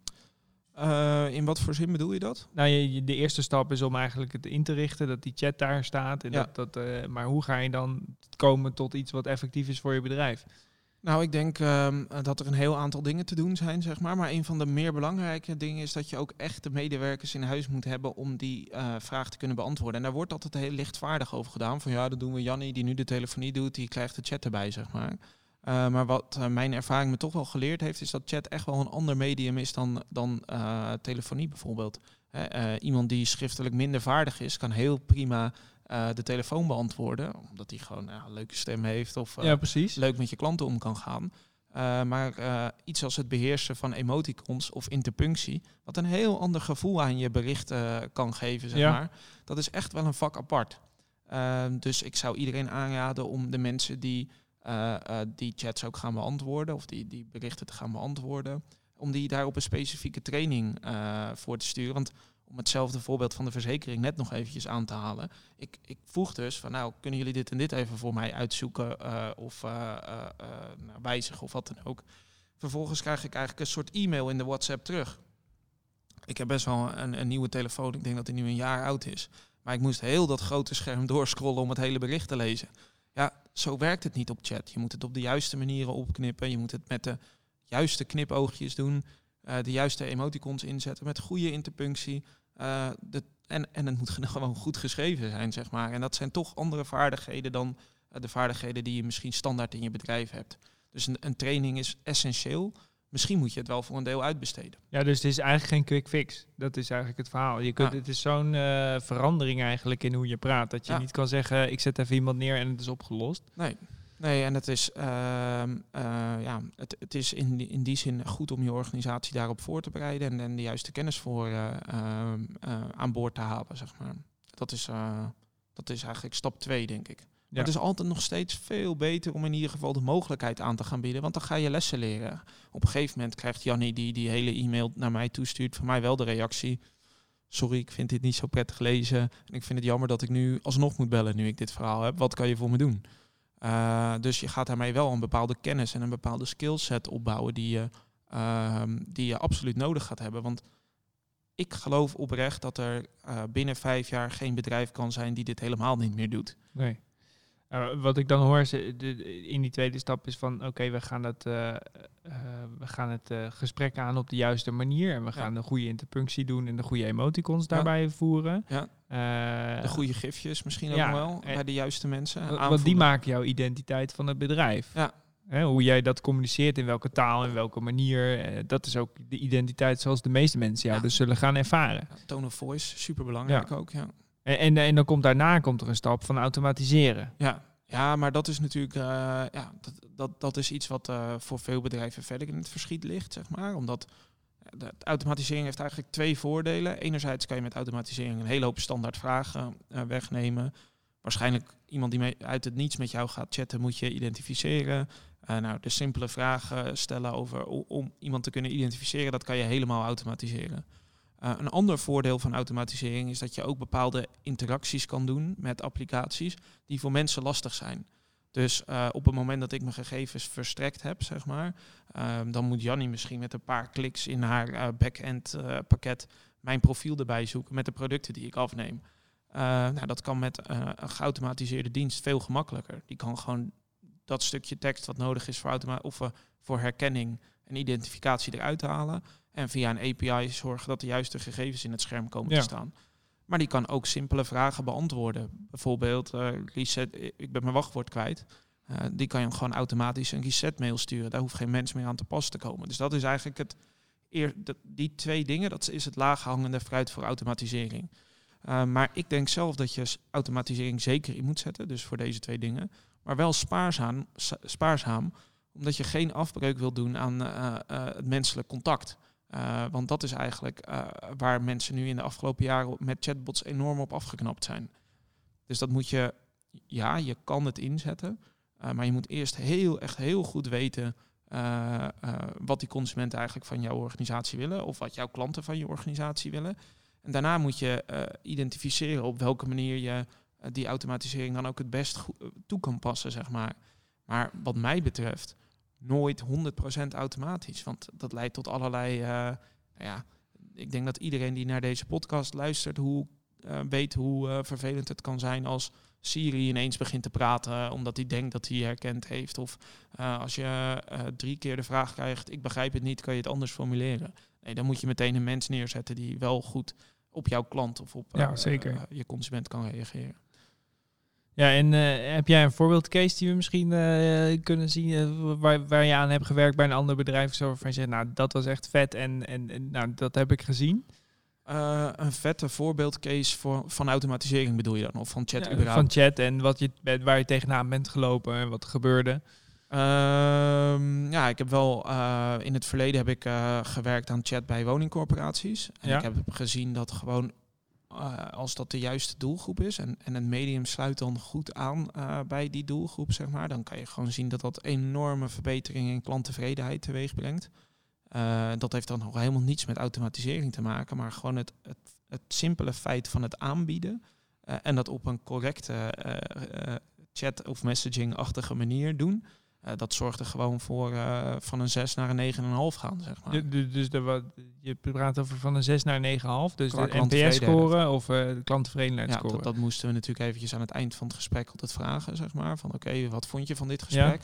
Uh, in wat voor zin bedoel je dat? Nou, je, je, de eerste stap is om eigenlijk het in te richten, dat die chat daar staat. En ja. dat, dat, uh, maar hoe ga je dan komen tot iets wat effectief is voor je bedrijf? Nou, ik denk um, dat er een heel aantal dingen te doen zijn, zeg maar. Maar een van de meer belangrijke dingen is dat je ook echt de medewerkers in huis moet hebben om die uh, vraag te kunnen beantwoorden. En daar wordt altijd heel lichtvaardig over gedaan. Van ja, dat doen we Jannie, die nu de telefonie doet, die krijgt de chat erbij, zeg maar. Uh, maar wat uh, mijn ervaring me toch wel geleerd heeft, is dat chat echt wel een ander medium is dan, dan uh, telefonie bijvoorbeeld. Hè, uh, iemand die schriftelijk minder vaardig is, kan heel prima Uh, de telefoon beantwoorden, omdat hij gewoon uh, een leuke stem heeft of uh, ja, precies. leuk met je klanten om kan gaan. Uh, maar uh, iets als het beheersen van emoticons of interpunctie, wat een heel ander gevoel aan je bericht uh, kan geven, zeg ja. maar. Dat is echt wel een vak apart. Uh, dus ik zou iedereen aanraden om de mensen die uh, uh, die chats ook gaan beantwoorden, of die, die berichten te gaan beantwoorden, om die daar op een specifieke training uh, voor te sturen. Want om hetzelfde voorbeeld van de verzekering net nog eventjes aan te halen. Ik, ik vroeg dus van, nou, kunnen jullie dit en dit even voor mij uitzoeken uh, of uh, uh, uh, nou, wijzigen of wat dan ook. Vervolgens krijg ik eigenlijk een soort e-mail in de WhatsApp terug. Ik heb best wel een, een nieuwe telefoon. Ik denk dat die nu een jaar oud is. Maar ik moest heel dat grote scherm doorscrollen om het hele bericht te lezen. Ja, zo werkt het niet op chat. Je moet het op de juiste manieren opknippen. Je moet het met de juiste knipoogjes doen. Uh, de juiste emoticons inzetten met goede interpunctie. Uh, de, en, en het moet gewoon goed geschreven zijn, zeg maar. En dat zijn toch andere vaardigheden dan uh, de vaardigheden die je misschien standaard in je bedrijf hebt. Dus een, een training is essentieel. Misschien moet je het wel voor een deel uitbesteden. Ja, dus het is eigenlijk geen quick fix. Dat is eigenlijk het verhaal. Je kunt, ja. Het is zo'n uh, verandering eigenlijk in hoe je praat. Dat je ja. niet kan zeggen, ik zet even iemand neer en het is opgelost. Nee, nee en het is, uh, uh, ja, het, het is in, die, in die zin goed om je organisatie daarop voor te bereiden. En, en de juiste kennis voor uh, uh, uh, aan boord te halen, zeg maar. Dat is, uh, dat is eigenlijk stap twee, denk ik. Ja. Maar het is altijd nog steeds veel beter om in ieder geval de mogelijkheid aan te gaan bieden. Want dan ga je lessen leren. Op een gegeven moment krijgt Jannie die die hele e-mail naar mij toestuurt, van mij wel de reactie. Sorry, ik vind dit niet zo prettig lezen. En ik vind het jammer dat ik nu alsnog moet bellen nu ik dit verhaal heb. Wat kan je voor me doen? Uh, dus je gaat daarmee wel een bepaalde kennis en een bepaalde skillset opbouwen die je, uh, die je absoluut nodig gaat hebben. Want ik geloof oprecht dat er uh, binnen vijf jaar geen bedrijf kan zijn die dit helemaal niet meer doet. Nee. Uh, wat ik dan hoor is, de, de, in die tweede stap is van, oké, okay, we gaan het, uh, uh, we gaan het uh, gesprek aan op de juiste manier. En we gaan ja. de goede interpunctie doen en de goede emoticons ja. daarbij voeren. Ja. Uh, de goede gifjes misschien ook ja, wel, en, bij de juiste mensen. Uh, want die maken jouw identiteit van het bedrijf. Ja. Hè, hoe jij dat communiceert, in welke taal, in welke manier. Uh, dat is ook de identiteit zoals de meeste mensen jou ja. dus zullen gaan ervaren. Ja, tone of voice, superbelangrijk ja. ook, ja. En, en, en dan komt daarna komt er een stap van automatiseren. Ja, ja maar dat is natuurlijk uh, ja, dat, dat, dat is iets wat uh, voor veel bedrijven verder in het verschiet ligt, zeg maar. Omdat de automatisering heeft eigenlijk twee voordelen. Enerzijds kan je met automatisering een hele hoop standaard vragen uh, wegnemen. Waarschijnlijk iemand die mee, uit het niets met jou gaat chatten moet je identificeren. Uh, nou, de simpele vragen stellen over om, om iemand te kunnen identificeren, dat kan je helemaal automatiseren. Uh, een ander voordeel van automatisering is dat je ook bepaalde interacties kan doen met applicaties die voor mensen lastig zijn. Dus uh, op het moment dat ik mijn gegevens verstrekt heb, zeg maar, uh, dan moet Jannie misschien met een paar kliks in haar uh, back-end uh, pakket mijn profiel erbij zoeken met de producten die ik afneem. Uh, nou, dat kan met uh, een geautomatiseerde dienst veel gemakkelijker. Die kan gewoon dat stukje tekst wat nodig is voor, automa- of, uh, voor herkenning en identificatie eruit halen. En via een A P I zorgen dat de juiste gegevens in het scherm komen ja. te staan. Maar die kan ook simpele vragen beantwoorden. Bijvoorbeeld, uh, reset, ik ben mijn wachtwoord kwijt. Uh, die kan je gewoon automatisch een reset mail sturen. Daar hoeft geen mens meer aan te pas te komen. Dus dat is eigenlijk het eer, dat, die twee dingen, dat is het laaghangende fruit voor automatisering. Uh, maar ik denk zelf dat je automatisering zeker in moet zetten. Dus voor deze twee dingen. Maar wel spaarzaam, spaarzaam omdat je geen afbreuk wil doen aan uh, uh, het menselijk contact. Uh, want dat is eigenlijk uh, waar mensen nu in de afgelopen jaren met chatbots enorm op afgeknapt zijn. Dus dat moet je, ja, je kan het inzetten. Uh, maar je moet eerst heel, echt heel goed weten uh, uh, wat die consumenten eigenlijk van jouw organisatie willen. Of wat jouw klanten van je organisatie willen. En daarna moet je uh, identificeren op welke manier je uh, die automatisering dan ook het best go- toe kan passen, zeg maar. Maar wat mij betreft nooit honderd procent automatisch. Want dat leidt tot allerlei... Uh, nou ja, ik denk dat iedereen die naar deze podcast luistert, hoe, uh, weet hoe uh, vervelend het kan zijn als Siri ineens begint te praten omdat hij denkt dat hij herkend heeft. Of uh, als je uh, drie keer de vraag krijgt, ik begrijp het niet, kan je het anders formuleren? Nee, dan moet je meteen een mens neerzetten die wel goed op jouw klant of op uh, ja, zeker. Uh, je consument kan reageren. Ja, en uh, heb jij een voorbeeldcase die we misschien uh, kunnen zien uh, waar, waar je aan hebt gewerkt bij een ander bedrijf? Zo waarvan je zegt, nou, dat was echt vet en, en, en nou, dat heb ik gezien. Uh, een vette voorbeeldcase voor, van automatisering bedoel je dan? Of van chat ja, überhaupt? Van chat en wat je, waar je tegenaan bent gelopen en wat er gebeurde. Uh, ja, ik heb wel uh, in het verleden heb ik uh, gewerkt aan chat bij woningcorporaties. En ja. ik heb gezien dat gewoon uh, als dat de juiste doelgroep is en, en een medium sluit dan goed aan uh, bij die doelgroep, zeg maar, dan kan je gewoon zien dat dat enorme verbeteringen in klanttevredenheid teweeg brengt. Uh, dat heeft dan nog helemaal niets met automatisering te maken, maar gewoon het, het, het simpele feit van het aanbieden uh, en dat op een correcte uh, uh, chat- of messaging-achtige manier doen. Uh, dat zorgt er gewoon voor uh, van een zes naar een negen komma vijf gaan, zeg maar. De, dus de, wat, je praat over van een zes naar een negen komma vijf, dus de N P S-score of uh, de klanttevredenheidsscore? Ja, dat, dat moesten we natuurlijk eventjes aan het eind van het gesprek altijd vragen, zeg maar. Van oké, okay, wat vond je van dit gesprek? Ja.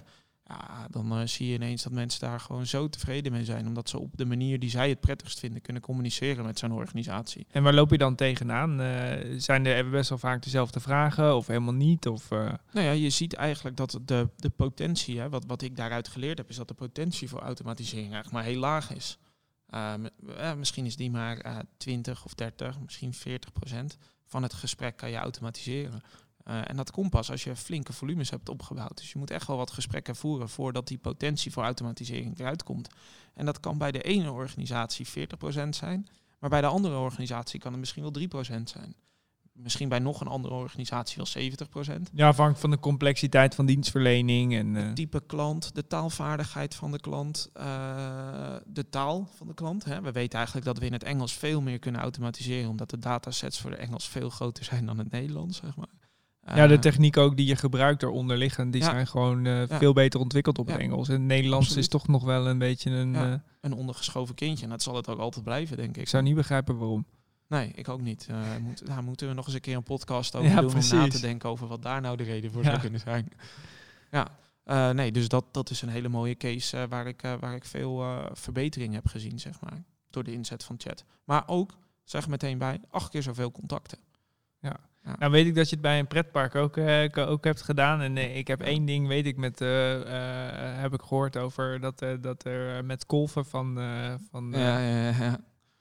Ja, dan uh, zie je ineens dat mensen daar gewoon zo tevreden mee zijn. Omdat ze op de manier die zij het prettigst vinden kunnen communiceren met zo'n organisatie. En waar loop je dan tegenaan? Uh, zijn er best wel vaak dezelfde vragen of helemaal niet? Of, uh... Nou ja, je ziet eigenlijk dat de, de potentie, hè, wat, wat ik daaruit geleerd heb, is dat de potentie voor automatisering eigenlijk maar heel laag is. Uh, uh, misschien is die maar uh, twintig of dertig, misschien veertig procent van het gesprek kan je automatiseren. Uh, en dat komt pas als je flinke volumes hebt opgebouwd. Dus je moet echt wel wat gesprekken voeren voordat die potentie voor automatisering eruit komt. En dat kan bij de ene organisatie veertig procent zijn, maar bij de andere organisatie kan het misschien wel drie procent zijn. Misschien bij nog een andere organisatie wel zeventig procent. Ja, afhankelijk van de complexiteit van dienstverlening. En, uh... het type klant, de taalvaardigheid van de klant, uh, de taal van de klant. Hè. We weten eigenlijk dat we in het Engels veel meer kunnen automatiseren, omdat de datasets voor de Engels veel groter zijn dan het Nederlands, zeg maar. Ja, de technieken ook die je gebruikt eronder liggen, die ja. zijn gewoon uh, ja. veel beter ontwikkeld op ja. het Engels. En het Nederlands Absoluut. Is toch nog wel een beetje een... Ja. Uh, een ondergeschoven kindje. En dat zal het ook altijd blijven, denk ik. Ik zou niet begrijpen waarom. Nee, ik ook niet. Uh, moet, nou, moeten we nog eens een keer een podcast over ja, doen precies. om na te denken over wat daar nou de reden voor ja. zou kunnen zijn. Ja, uh, nee, dus dat, dat is een hele mooie case uh, waar, ik, uh, waar ik veel uh, verbetering heb gezien, zeg maar. Door de inzet van chat. Maar ook, zeg meteen bij, acht keer zoveel contacten. Ja. Ja. Nou weet ik dat je het bij een pretpark ook, uh, ook hebt gedaan. En uh, ik heb één ding, weet ik, met uh, uh, heb ik gehoord over dat, uh, dat er met kolven van... Uh, van uh, ja, ja, ja.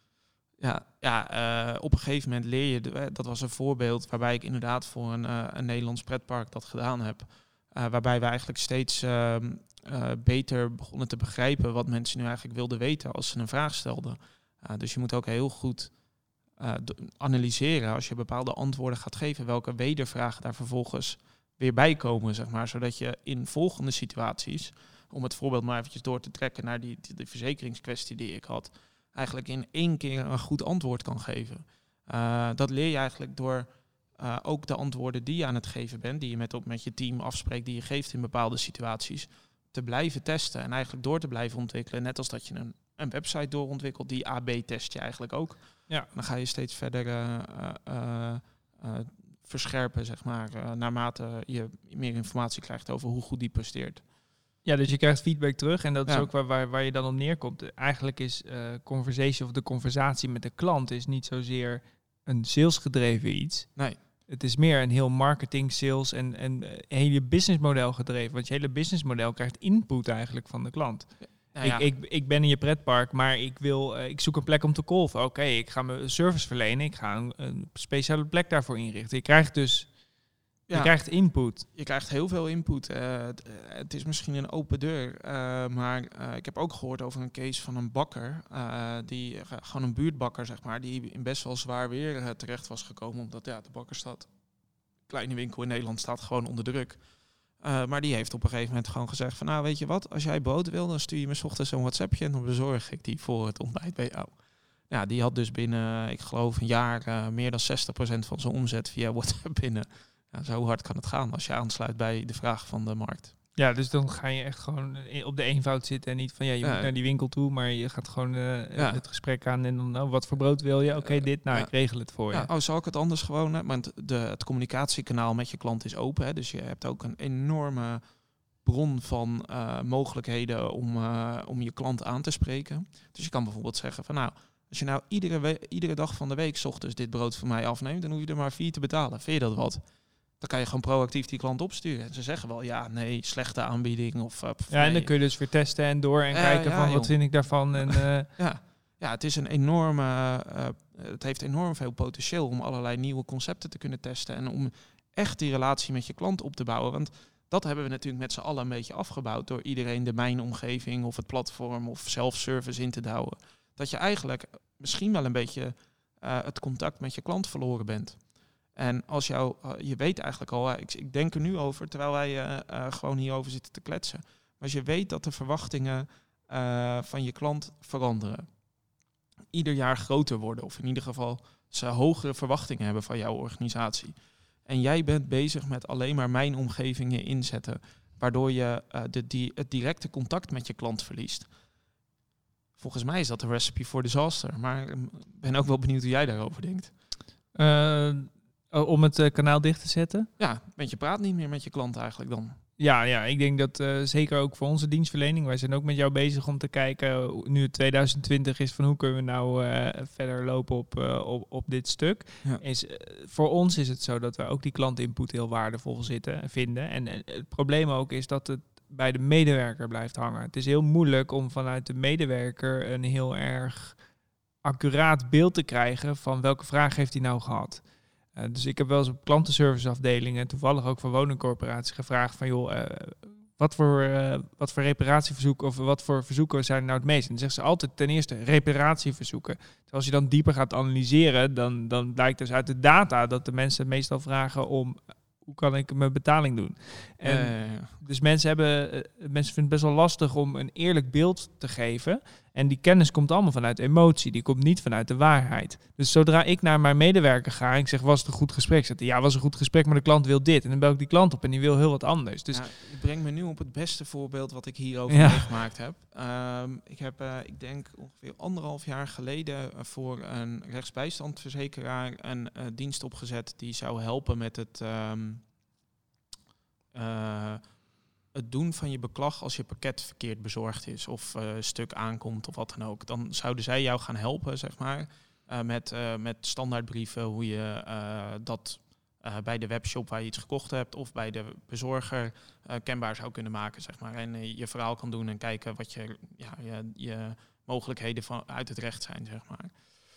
Ja, ja uh, op een gegeven moment leer je... De, dat was een voorbeeld waarbij ik inderdaad voor een, uh, een Nederlands pretpark dat gedaan heb. Uh, waarbij we eigenlijk steeds uh, uh, beter begonnen te begrijpen wat mensen nu eigenlijk wilden weten als ze een vraag stelden. Uh, dus je moet ook heel goed... Uh, analyseren als je bepaalde antwoorden gaat geven, welke wedervragen daar vervolgens weer bij komen, zeg maar, zodat je in volgende situaties, om het voorbeeld maar eventjes door te trekken naar die, die, die verzekeringskwestie die ik had, eigenlijk in één keer een goed antwoord kan geven. Uh, dat leer je eigenlijk door uh, ook de antwoorden die je aan het geven bent, die je met, op, met je team afspreekt, die je geeft in bepaalde situaties, te blijven testen en eigenlijk door te blijven ontwikkelen. Net als dat je een, een website doorontwikkelt, die A B test je eigenlijk ook. Ja. Dan ga je steeds verder uh, uh, uh, verscherpen, zeg maar, uh, naarmate je meer informatie krijgt over hoe goed die presteert. Ja, dus je krijgt feedback terug en dat is ja. ook waar, waar, waar je dan op neerkomt. Eigenlijk is uh, conversation of de conversatie met de klant is niet zozeer een salesgedreven iets. Nee. Het is meer een heel marketing, sales en, en uh, hele businessmodel gedreven. Want je hele businessmodel krijgt input eigenlijk van de klant. Ja. Nou ja. ik, ik, ik ben in je pretpark, maar ik, wil, uh, ik zoek een plek om te golfen. Oké, okay, ik ga mijn service verlenen. Ik ga een, een speciale plek daarvoor inrichten. Je krijgt dus ja. je krijgt input. Je krijgt heel veel input. Uh, het, uh, het is misschien een open deur. Uh, maar uh, ik heb ook gehoord over een case van een bakker. Uh, die uh, gewoon een buurtbakker, zeg maar. Die in best wel zwaar weer uh, terecht was gekomen. Omdat ja, de bakkerstad, kleine winkel in Nederland, staat gewoon onder druk. Uh, maar die heeft op een gegeven moment gewoon gezegd van, nou weet je wat, als jij brood wil, dan stuur je me 's ochtends een WhatsAppje en dan bezorg ik die voor het ontbijt bij jou. Ja, die had dus binnen, ik geloof een jaar, uh, meer dan zestig procent van zijn omzet via WhatsApp binnen. Ja, zo hard kan het gaan als je aansluit bij de vraag van de markt. Ja, dus dan ga je echt gewoon op de eenvoud zitten en niet van ja, je ja, moet naar die winkel toe, maar je gaat gewoon uh, ja. het gesprek aan en dan, nou, wat voor brood wil je? Oké, okay, dit, nou, ja. ik regel het voor ja, je. Oh, zal ik het anders gewoon? Hè? Want de, het communicatiekanaal met je klant is open, hè? Dus je hebt ook een enorme bron van uh, mogelijkheden om, uh, om je klant aan te spreken. Dus je kan bijvoorbeeld zeggen van nou, als je nou iedere, we- iedere dag van de week 's ochtends dit brood van mij afneemt, dan hoef je er maar vier te betalen. Vind je dat wat? Dan kan je gewoon proactief die klant opsturen. En ze zeggen wel, ja, nee, slechte aanbieding. Of, uh, ja, en dan kun je dus weer testen en door en uh, kijken ja, van, wat vind ik daarvan. En, uh... ja. ja, het is een enorme, uh, het heeft enorm veel potentieel om allerlei nieuwe concepten te kunnen testen. En om echt die relatie met je klant op te bouwen. Want dat hebben we natuurlijk met z'n allen een beetje afgebouwd door iedereen de mijnomgeving of het platform of self-service in te douwen. Dat je eigenlijk misschien wel een beetje uh, het contact met je klant verloren bent. En als jou, uh, je weet eigenlijk al, uh, ik, ik denk er nu over terwijl wij uh, uh, gewoon hierover zitten te kletsen. Maar als je weet dat de verwachtingen uh, van je klant veranderen, ieder jaar groter worden, of in ieder geval ze hogere verwachtingen hebben van jouw organisatie. En jij bent bezig met alleen maar mijnomgevingen inzetten, waardoor je uh, de, die, het directe contact met je klant verliest. Volgens mij is dat een recipe voor disaster. Maar ik ben ook wel benieuwd hoe jij daarover denkt. Uh, om het uh, kanaal dicht te zetten? Ja, want je praat niet meer met je klant eigenlijk dan. Ja, ja, ik denk dat uh, zeker ook voor onze dienstverlening. Wij zijn ook met jou bezig om te kijken, nu het twintig twintig is, van hoe kunnen we nou uh, verder lopen op, uh, op, op dit stuk. Ja. Is, uh, voor ons is het zo dat wij ook die klantinput heel waardevol zitten, vinden. En uh, het probleem ook is dat het bij de medewerker blijft hangen. Het is heel moeilijk om vanuit de medewerker een heel erg accuraat beeld te krijgen van welke vraag heeft hij nou gehad. Uh, dus ik heb wel eens op klantenserviceafdelingen, toevallig ook van woningcorporaties, gevraagd van joh, uh, wat voor, uh, wat voor reparatieverzoeken of wat voor verzoeken zijn nou het meest? En dan zeggen ze altijd ten eerste reparatieverzoeken. Dus als je dan dieper gaat analyseren, dan, dan blijkt dus uit de data dat de mensen meestal vragen om hoe kan ik mijn betaling doen? En uh, ja, ja. Dus mensen hebben, uh, mensen vinden het best wel lastig om een eerlijk beeld te geven. En die kennis komt allemaal vanuit emotie. Die komt niet vanuit de waarheid. Dus zodra ik naar mijn medewerker ga en ik zeg, was het een goed gesprek? Zeg, ja, was een goed gesprek, maar de klant wil dit. En dan bel ik die klant op en die wil heel wat anders. Dus ja, je brengt me nu op het beste voorbeeld wat ik hierover ja. meegemaakt heb. Um, ik heb, uh, ik denk ongeveer anderhalf jaar geleden uh, voor een rechtsbijstandverzekeraar een uh, dienst opgezet die zou helpen met het... Um, uh, het doen van je beklag als je pakket verkeerd bezorgd is of uh, stuk aankomt of wat dan ook. Dan zouden zij jou gaan helpen, zeg maar, uh, met, uh, met standaardbrieven, hoe je uh, dat uh, bij de webshop waar je iets gekocht hebt of bij de bezorger uh, kenbaar zou kunnen maken, zeg maar. En uh, je verhaal kan doen en kijken wat je, ja, je, je mogelijkheden van, uit het recht zijn, zeg maar.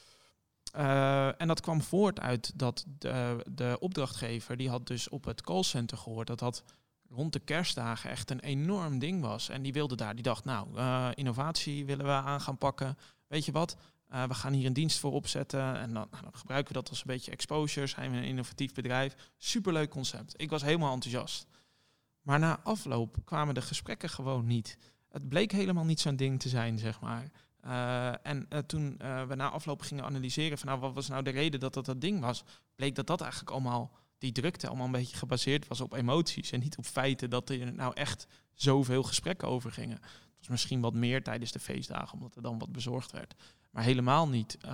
Uh, en dat kwam voort uit dat de, de opdrachtgever, die had dus op het callcenter gehoord dat dat rond de kerstdagen echt een enorm ding was. En die wilde daar, die dacht, nou, uh, innovatie willen we aan gaan pakken. Weet je wat, uh, we gaan hier een dienst voor opzetten. En dan, nou, dan gebruiken we dat als een beetje exposure. Zijn we een innovatief bedrijf. Superleuk concept. Ik was helemaal enthousiast. Maar na afloop kwamen de gesprekken gewoon niet. Het bleek helemaal niet zo'n ding te zijn, zeg maar. Uh, en uh, toen uh, we na afloop gingen analyseren van, nou, wat was nou de reden dat dat dat ding was, bleek dat dat eigenlijk allemaal... die drukte allemaal een beetje gebaseerd was op emoties en niet op feiten dat er nou echt zoveel gesprekken over gingen. Het was misschien wat meer tijdens de feestdagen, omdat er dan wat bezorgd werd. Maar helemaal niet uh,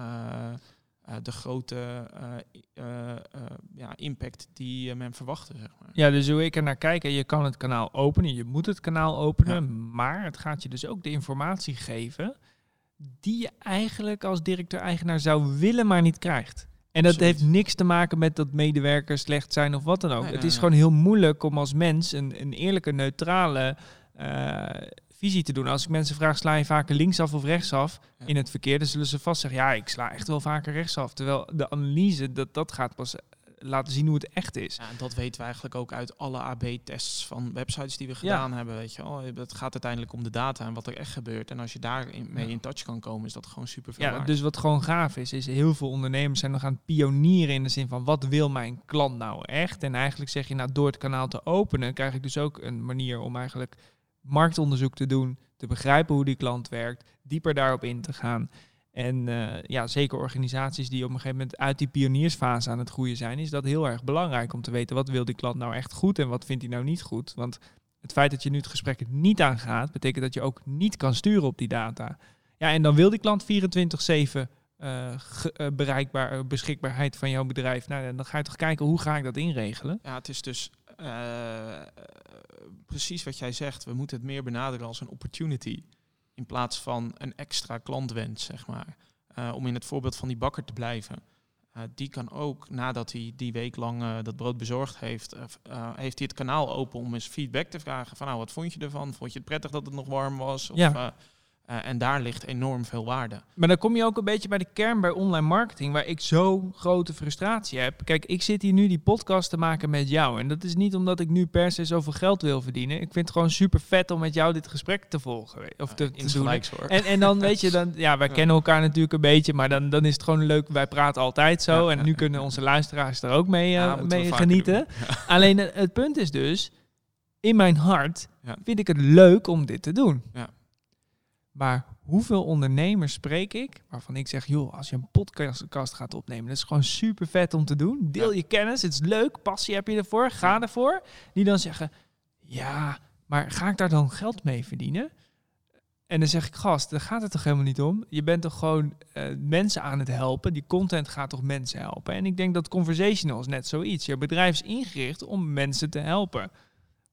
uh, de grote uh, uh, uh, ja, impact die uh, men verwachtte, zeg maar. Ja, dus hoe ik er naar kijk, je kan het kanaal openen, je moet het kanaal openen, ja. Maar het gaat je dus ook de informatie geven die je eigenlijk als directeur-eigenaar zou willen, maar niet krijgt. En dat Absoluut. heeft niks te maken met dat medewerkers slecht zijn of wat dan ook. Nee, het nee, is nee. gewoon heel moeilijk om als mens een, een eerlijke, neutrale uh, visie te doen. Als ik mensen vraag, sla je vaker linksaf of rechtsaf ja. in het verkeer? Dan zullen ze vast zeggen, ja, ik sla echt wel vaker rechtsaf. Terwijl de analyse, dat, dat gaat pas laten zien hoe het echt is. Ja, dat weten we eigenlijk ook uit alle A B-tests van websites die we gedaan ja. hebben. Weet je wel. Het gaat uiteindelijk om de data en wat er echt gebeurt. En als je daar in, mee ja. in touch kan komen, is dat gewoon super veel ja, waard. Dus wat gewoon gaaf is, is heel veel ondernemers zijn nog aan het pionieren in de zin van, wat wil mijn klant nou echt? En eigenlijk zeg je, nou, door het kanaal te openen, krijg ik dus ook een manier om eigenlijk marktonderzoek te doen, te begrijpen hoe die klant werkt, dieper daarop in te gaan. En uh, ja, zeker organisaties die op een gegeven moment uit die pioniersfase aan het groeien zijn, is dat heel erg belangrijk om te weten, wat wil die klant nou echt goed en wat vindt hij nou niet goed. Want het feit dat je nu het gesprek niet aangaat, betekent dat je ook niet kan sturen op die data. Ja, en dan wil die klant vierentwintig zeven uh, ge, uh, bereikbaar, uh, beschikbaarheid van jouw bedrijf. Nou, dan ga je toch kijken, hoe ga ik dat inregelen? Ja, het is dus uh, precies wat jij zegt. We moeten het meer benaderen als een opportunity. In plaats van een extra klantwens, zeg maar. Uh, om in het voorbeeld van die bakker te blijven. Uh, die kan ook, nadat hij die week lang uh, dat brood bezorgd heeft, uh, uh, heeft hij het kanaal open om eens feedback te vragen. Van nou, wat vond je ervan? Vond je het prettig dat het nog warm was? Of, ja. uh, Uh, en daar ligt enorm veel waarde. Maar dan kom je ook een beetje bij de kern bij online marketing, waar ik zo grote frustratie heb. Kijk, ik zit hier nu die podcast te maken met jou. En dat is niet omdat ik nu per se zoveel geld wil verdienen. Ik vind het gewoon super vet om met jou dit gesprek te volgen. Of te, uh, te doen. Hoor. En, en dan weet je, dan, ja, wij ja. kennen elkaar natuurlijk een beetje, maar dan, dan is het gewoon leuk. Wij praten altijd zo. Ja, en nu ja, kunnen onze luisteraars er ook mee, uh, ja, mee genieten. Ja. Alleen uh, het punt is dus, in mijn hart ja. vind ik het leuk om dit te doen. Ja. Maar hoeveel ondernemers spreek ik waarvan ik zeg, joh, als je een podcast gaat opnemen, dat is gewoon super vet om te doen. Deel je kennis, het is leuk, passie heb je ervoor, ga ervoor. Die dan zeggen, ja, maar ga ik daar dan geld mee verdienen? En dan zeg ik, gast, daar gaat het toch helemaal niet om? Je bent toch gewoon uh, mensen aan het helpen? Die content gaat toch mensen helpen? En ik denk dat Conversational is net zoiets. Je bedrijf is ingericht om mensen te helpen.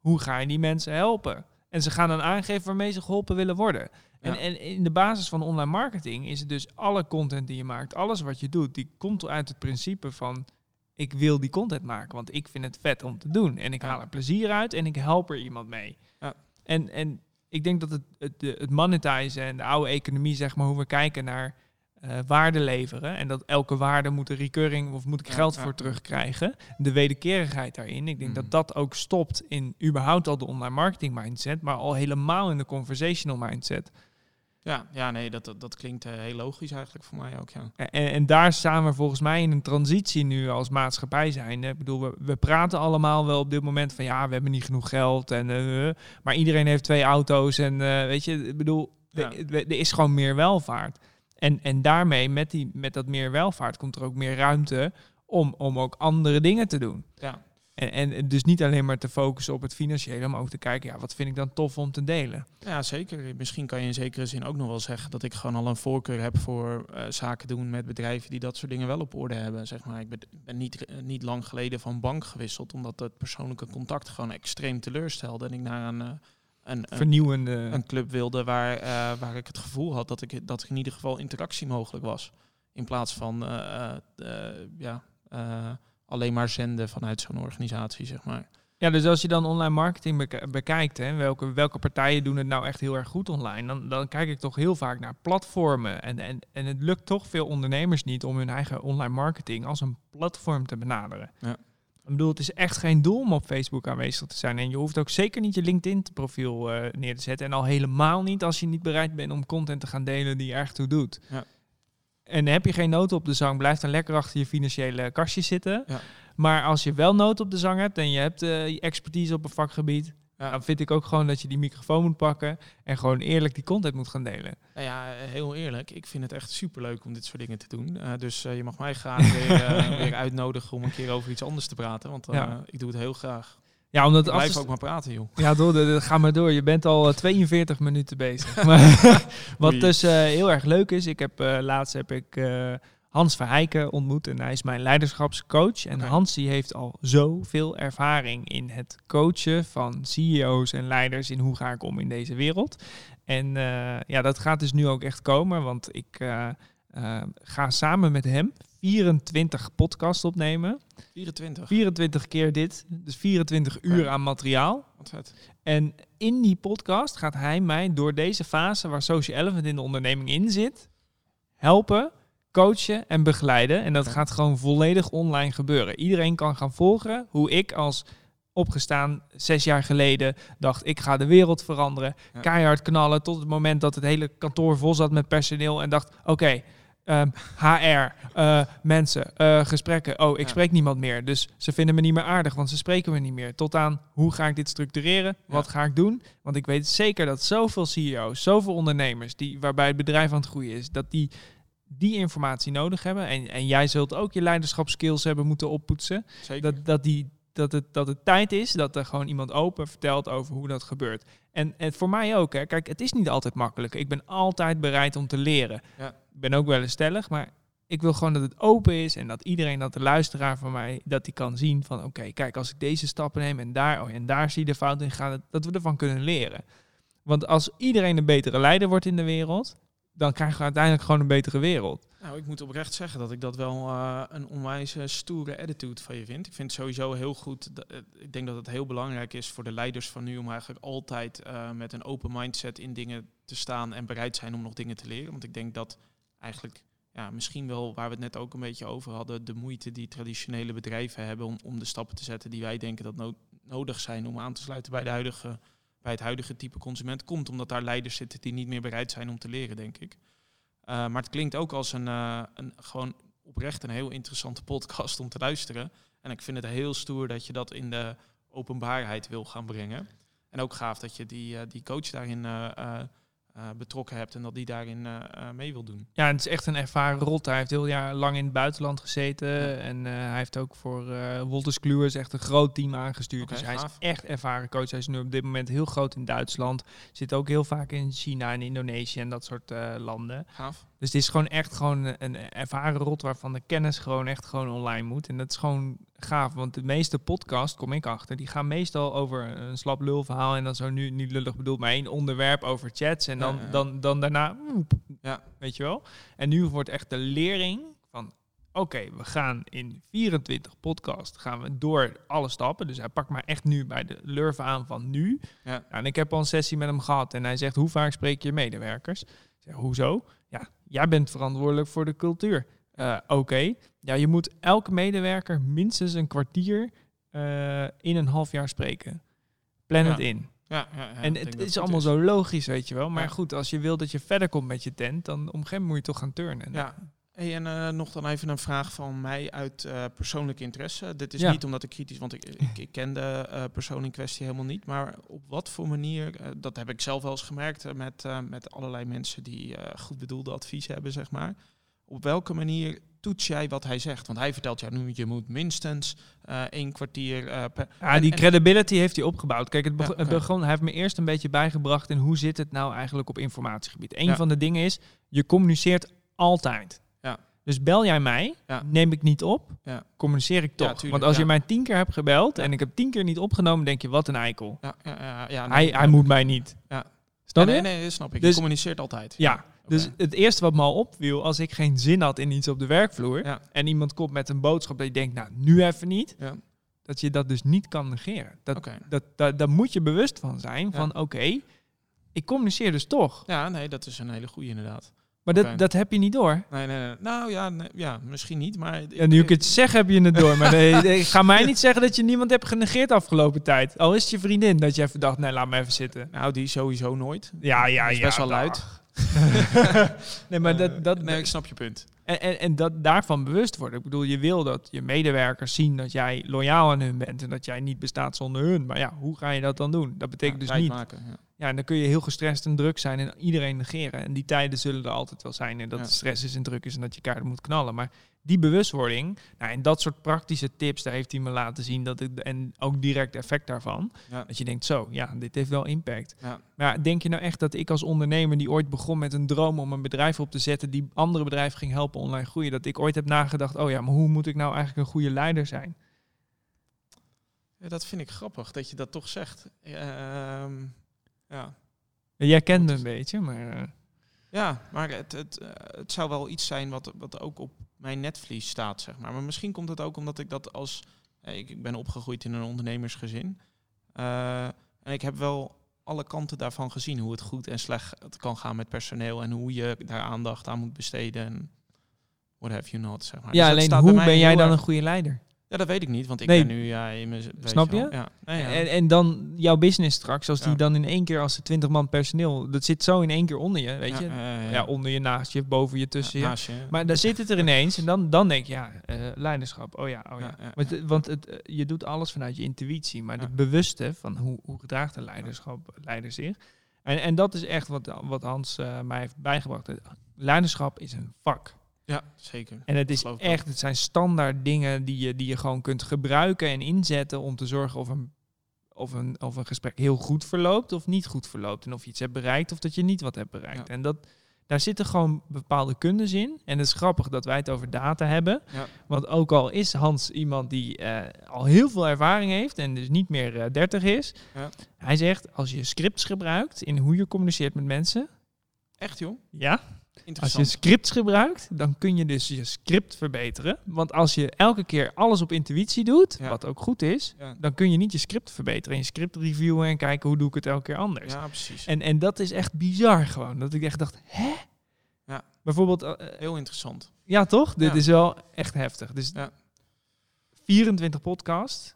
hoe ga je die mensen helpen? En ze gaan dan aangeven waarmee ze geholpen willen worden. Ja. En, en in de basis van online marketing is het dus alle content die je maakt, alles wat je doet, die komt uit het principe van ik wil die content maken, want ik vind het vet om te doen. En ik haal er plezier uit en ik help er iemand mee. Ja. En, en ik denk dat het, het, het monetizen en de oude economie, zeg maar, hoe we kijken naar uh, waarde leveren. En dat elke waarde moet een recurring of moet ik geld ja, ja. voor terugkrijgen. De wederkerigheid daarin. Ik denk mm. dat dat ook stopt in überhaupt al de online marketing mindset, maar al helemaal in de conversational mindset. Ja, ja, nee, dat, dat, dat klinkt uh, heel logisch eigenlijk voor mij ook, ja. En, en daar staan we volgens mij in een transitie nu als maatschappij zijn. Ik bedoel, we, we praten allemaal wel op dit moment van ja, we hebben niet genoeg geld. En, uh, maar iedereen heeft twee auto's en uh, weet je, ik bedoel, ja. er, er is gewoon meer welvaart. En, en daarmee, met, die, met dat meer welvaart, komt er ook meer ruimte om, om ook andere dingen te doen. Ja. En, en dus niet alleen maar te focussen op het financiële, maar ook te kijken, ja, wat vind ik dan tof om te delen? Ja, zeker. Misschien kan je in zekere zin ook nog wel zeggen dat ik gewoon al een voorkeur heb voor uh, zaken doen met bedrijven die dat soort dingen wel op orde hebben. Zeg maar, ik ben, ben niet, uh, niet lang geleden van bank gewisseld, omdat het persoonlijke contact gewoon extreem teleurstelde. En ik naar een, uh, een, vernieuwende een, een club wilde waar, uh, waar ik het gevoel had dat, ik, dat er in ieder geval interactie mogelijk was. In plaats van, uh, uh, uh, ja... Uh, alleen maar zenden vanuit zo'n organisatie, zeg maar. Ja, dus als je dan online marketing bek- bekijkt, hè, welke, welke partijen doen het nou echt heel erg goed online, dan, dan kijk ik toch heel vaak naar platformen. En, en, en het lukt toch veel ondernemers niet om hun eigen online marketing als een platform te benaderen. Ja. Ik bedoel, het is echt geen doel om op Facebook aanwezig te zijn. En je hoeft ook zeker niet je LinkedIn-profiel uh, neer te zetten. En al helemaal niet als je niet bereid bent om content te gaan delen die je erg toe doet. Ja. En heb je geen noten op de zang, blijf dan lekker achter je financiële kastje zitten. Ja. Maar als je wel noten op de zang hebt en je hebt uh, je expertise op een vakgebied, ja. dan vind ik ook gewoon dat je die microfoon moet pakken en gewoon eerlijk die content moet gaan delen. Nou ja, heel eerlijk. Ik vind het echt superleuk om dit soort dingen te doen. Uh, dus uh, je mag mij graag weer, uh, weer uitnodigen om een keer over iets anders te praten. Want uh, ja. ik doe het heel graag. Ja, omdat ik blijf ook maar praten, joh. Ja, door, de, de, ga maar door. Je bent al uh, tweeënveertig minuten bezig. Maar, wat dus uh, heel erg leuk is, ik heb uh, laatst heb ik uh, Hans Verheijken ontmoet en hij is mijn leiderschapscoach. En okay. Hans die heeft al zoveel ervaring in het coachen van C E O's en leiders in hoe ga ik om in deze wereld. En uh, ja, dat gaat dus nu ook echt komen, want ik uh, uh, ga samen met hem vierentwintig podcasts opnemen. vierentwintig? vierentwintig keer dit. Dus vierentwintig okay. uur aan materiaal. Wat vet. En in die podcast gaat hij mij door deze fase waar Social Elephant in de onderneming in zit, helpen, coachen en begeleiden. En dat okay. gaat gewoon volledig online gebeuren. Iedereen kan gaan volgen hoe ik als opgestaan zes jaar geleden dacht, ik ga de wereld veranderen. Ja. Keihard knallen tot het moment dat het hele kantoor vol zat met personeel en dacht, oké, okay, Um, H R, uh, mensen, uh, gesprekken. Oh, ik ja. spreek niemand meer. Dus ze vinden me niet meer aardig, want ze spreken me niet meer. Tot aan, hoe ga ik dit structureren? Ja. Wat ga ik doen? Want ik weet zeker dat zoveel C E O's, zoveel ondernemers, die, waarbij het bedrijf aan het groeien is, dat die die informatie nodig hebben. En, en jij zult ook je leiderschapskills hebben moeten oppoetsen. Zeker. Dat, dat, die, dat, het, dat het tijd is dat er gewoon iemand open vertelt over hoe dat gebeurt. En, en voor mij ook. Hè. Kijk, het is niet altijd makkelijk. Ik ben altijd bereid om te leren. Ja. Ik ben ook wel eens stellig, maar ik wil gewoon dat het open is en dat iedereen, dat de luisteraar van mij, dat die kan zien van oké, okay, kijk, als ik deze stappen neem en daar, oh, en daar zie je de fout in gaan, dat we ervan kunnen leren. Want als iedereen een betere leider wordt in de wereld, dan krijgen we uiteindelijk gewoon een betere wereld. Nou, ik moet oprecht zeggen dat ik dat wel uh, een onwijs uh, stoere attitude van je vind. Ik vind het sowieso heel goed. Dat, uh, ik denk dat het heel belangrijk is voor de leiders van nu om eigenlijk altijd uh, met een open mindset in dingen te staan en bereid zijn om nog dingen te leren. Want ik denk dat eigenlijk, ja, misschien wel waar we het net ook een beetje over hadden, de moeite die traditionele bedrijven hebben om, om de stappen te zetten die wij denken dat no- nodig zijn om aan te sluiten bij de huidige, bij het huidige type consument, komt omdat daar leiders zitten die niet meer bereid zijn om te leren, denk ik. Uh, maar het klinkt ook als een, uh, een gewoon oprecht een heel interessante podcast om te luisteren. En ik vind het heel stoer dat je dat in de openbaarheid wil gaan brengen. En ook gaaf dat je die, uh, die coach daarin uh, uh, uh, betrokken hebt en dat die daarin uh, uh, mee wil doen. Ja, het is echt een ervaren rot. Hij heeft heel jaar lang in het buitenland gezeten. Ja. En uh, hij heeft ook voor uh, Wolters Kluwer echt een groot team aangestuurd. Okay, dus hij gaaf. is echt ervaren coach. Hij is nu op dit moment heel groot in Duitsland. Zit ook heel vaak in China en Indonesië en dat soort uh, landen. Gaaf. Dus het is gewoon echt gewoon een ervaren rot waarvan de kennis gewoon echt gewoon online moet. En dat is gewoon gaaf, want de meeste podcasts, kom ik achter, die gaan meestal over een slap lulverhaal en dan zo nu niet lullig bedoeld, maar één onderwerp over chats en dan, ja, ja. dan, dan daarna, woep, ja. weet je wel. En nu wordt echt de lering van, oké, okay, we gaan in vierentwintig podcast gaan we door alle stappen. Dus hij pakt maar echt nu bij de lurven aan van nu. Ja. Nou, en ik heb al een sessie met hem gehad en hij zegt, hoe vaak spreek je medewerkers? Ik zeg, hoezo? Ja, jij bent verantwoordelijk voor de cultuur. Uh, Oké, okay. ja, je moet elke medewerker minstens een kwartier uh, in een half jaar spreken. Plan ja. het in. Ja, ja, ja, en het is allemaal is. zo logisch, weet je wel. Maar ja. goed, als je wil dat je verder komt met je tent, dan op een gegeven moment moet je toch gaan turnen. Ja. Hey, en uh, nog dan even een vraag van mij uit uh, persoonlijke interesse. Dit is ja. niet omdat ik kritisch, want ik, ik, ik ken de uh, persoon in kwestie helemaal niet. Maar op wat voor manier, uh, dat heb ik zelf wel eens gemerkt uh, met, uh, met allerlei mensen die uh, goed bedoelde advies hebben, zeg maar. Op welke manier toets jij wat hij zegt? Want hij vertelt, ja, nu je moet minstens uh, één kwartier... Uh, per ja, die en, credibility heeft hij opgebouwd. Kijk, het, beg- ja, okay. het begon, hij heeft me eerst een beetje bijgebracht in hoe zit het nou eigenlijk op informatiegebied. Een ja. van de dingen is, je communiceert altijd. Ja. Dus bel jij mij, ja. neem ik niet op, ja. communiceer ik toch. Ja, tuurlijk, Want als ja. je mij tien keer hebt gebeld ja. en ik heb tien keer niet opgenomen, denk je, wat een eikel. Ja, ja, ja, ja, nee, hij nee, hij nee, moet mij niet. Ja. Snap ja, je? Nee, nee, dat snap ik. Dus, je communiceert altijd. Ja, ja. dus okay. het eerste wat me al opviel, als ik geen zin had in iets op de werkvloer ja. en iemand komt met een boodschap dat je denkt, nou, nu even niet, ja. dat je dat dus niet kan negeren. Dat, okay. dat, dat, daar moet je bewust van zijn, ja. van oké, okay, ik communiceer dus toch. Ja, nee, dat is een hele goeie inderdaad. Maar okay. dat, dat heb je niet door. Nee, nee, nee. Nou ja, nee, ja, misschien niet, maar... Ja, nu ik het zeg, heb je het door. Maar nee, nee, ga mij niet zeggen dat je niemand hebt genegeerd afgelopen tijd. Al is het je vriendin dat je even dacht, nee, laat me even zitten. Nou, die sowieso nooit. Ja, ja, dat is ja. best wel luid. nee, maar dat... dat nee, ik snap je punt. En, en, en dat daarvan bewust worden. Ik bedoel, je wil dat je medewerkers zien dat jij loyaal aan hun bent en dat jij niet bestaat zonder hun. Maar ja, hoe ga je dat dan doen? Dat betekent ja, dus niet... Maken, ja. ja, en dan kun je heel gestrest en druk zijn en iedereen negeren. En die tijden zullen er altijd wel zijn en dat ja. het stress is en druk is en dat je kaart moet knallen. Maar die bewustwording, nou, en dat soort praktische tips, daar heeft hij me laten zien dat ik, en ook direct effect daarvan. Ja. Dat je denkt, zo, ja, dit heeft wel impact. Ja. Maar denk je nou echt dat ik als ondernemer die ooit begon met een droom om een bedrijf op te zetten die andere bedrijven ging helpen online groeien, dat ik ooit heb nagedacht, oh ja, maar hoe moet ik nou eigenlijk een goede leider zijn? Ja, dat vind ik grappig, dat je dat toch zegt. Uh, ja. Jij kent me een beetje, maar... Uh... Ja, maar het, het, uh, het zou wel iets zijn wat, wat ook op mijn netvlies staat, zeg maar. Maar misschien komt het ook omdat ik dat als... Uh, ik, ik ben opgegroeid in een ondernemersgezin. Uh, en ik heb wel alle kanten daarvan gezien. Hoe het goed en slecht kan gaan met personeel. En hoe je daar aandacht aan moet besteden. En what have you not, zeg maar. Ja, dus alleen hoe ben jij dan erg... een goede leider? Ja, dat weet ik niet, want ik nee. ben nu... Ja, in mijn, Snap je? je? Ja. Nee, ja. En, en dan jouw business straks, als die ja. dan in één keer als de twintig man personeel... Dat zit zo in één keer onder je, weet je? Ja, ja, ja. ja onder je, naast je, boven je, tussen ja, je. Naast je. Maar dan zit het er ineens en dan, dan denk je, ja, uh, leiderschap. Oh ja, oh ja. ja, ja want ja. want het, uh, je doet alles vanuit je intuïtie, maar ja. het bewuste van hoe, hoe gedraagt een leiderschap, leider zich. En, en dat is echt wat, wat Hans uh, mij heeft bijgebracht. Leiderschap is een vak. Ja, zeker. En het is echt, het zijn standaard dingen die je, die je gewoon kunt gebruiken en inzetten om te zorgen of een, of, een, of een gesprek heel goed verloopt of niet goed verloopt. En of je iets hebt bereikt of dat je niet wat hebt bereikt. Ja. En dat, daar zitten gewoon bepaalde kundes in. En het is grappig dat wij het over data hebben. Ja. Want ook al is Hans iemand die uh, al heel veel ervaring heeft en dus niet meer uh, dertig is. Ja. Hij zegt, als je scripts gebruikt in hoe je communiceert met mensen. Echt joh? Ja. Als je scripts gebruikt, dan kun je dus je script verbeteren. Want als je elke keer alles op intuïtie doet, ja. wat ook goed is, ja. dan kun je niet je script verbeteren. En je script reviewen en kijken hoe doe ik het elke keer anders. Ja, precies. En, en dat is echt bizar gewoon. Dat ik echt dacht, hè? Ja. Bijvoorbeeld... Uh, Heel interessant. Ja, toch? Ja. Dit is wel echt heftig. Dus ja. vierentwintig podcast.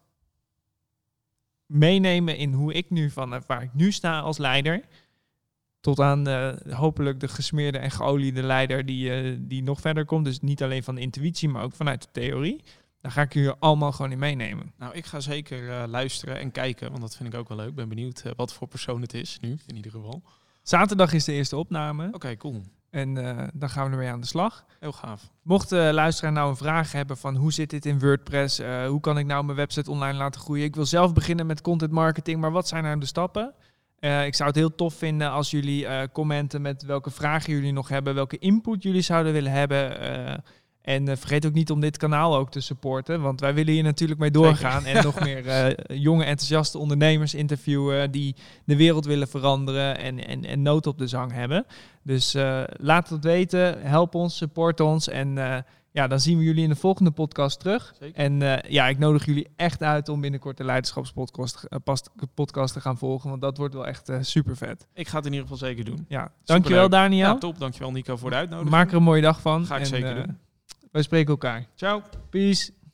Meenemen in hoe ik nu van, waar ik nu sta als leider... Tot aan uh, hopelijk de gesmeerde en geoliede leider die, uh, die nog verder komt. Dus niet alleen van de intuïtie, maar ook vanuit de theorie. Daar ga ik jullie allemaal gewoon in meenemen. Nou, ik ga zeker uh, luisteren en kijken, want dat vind ik ook wel leuk. Ik ben benieuwd uh, wat voor persoon het is nu, in ieder geval. Zaterdag is de eerste opname. Oké, okay, cool. En uh, dan gaan we ermee aan de slag. Heel gaaf. Mocht de luisteraar nou een vraag hebben van hoe zit dit in WordPress? Uh, hoe kan ik nou mijn website online laten groeien? Ik wil zelf beginnen met content marketing, maar wat zijn nou de stappen? Uh, ik zou het heel tof vinden als jullie uh, commenten met welke vragen jullie nog hebben, welke input jullie zouden willen hebben. Uh, en uh, vergeet ook niet om dit kanaal ook te supporten, want wij willen hier natuurlijk mee doorgaan. Zeker. En nog meer uh, jonge, enthousiaste ondernemers interviewen die de wereld willen veranderen en, en, en nood op de zang hebben. Dus uh, laat het weten, help ons, support ons en... Uh, Ja, dan zien we jullie in de volgende podcast terug. Zeker. En uh, ja, ik nodig jullie echt uit om binnenkort de Leiderschapspodcast uh, podcast te gaan volgen. Want dat wordt wel echt uh, super vet. Ik ga het in ieder geval zeker doen. Ja, dankjewel Daniel. Ja, top. Dankjewel Nico voor de uitnodiging. Maak er een mooie dag van. Ga ik en, zeker uh, doen. Wij spreken elkaar. Ciao. Peace.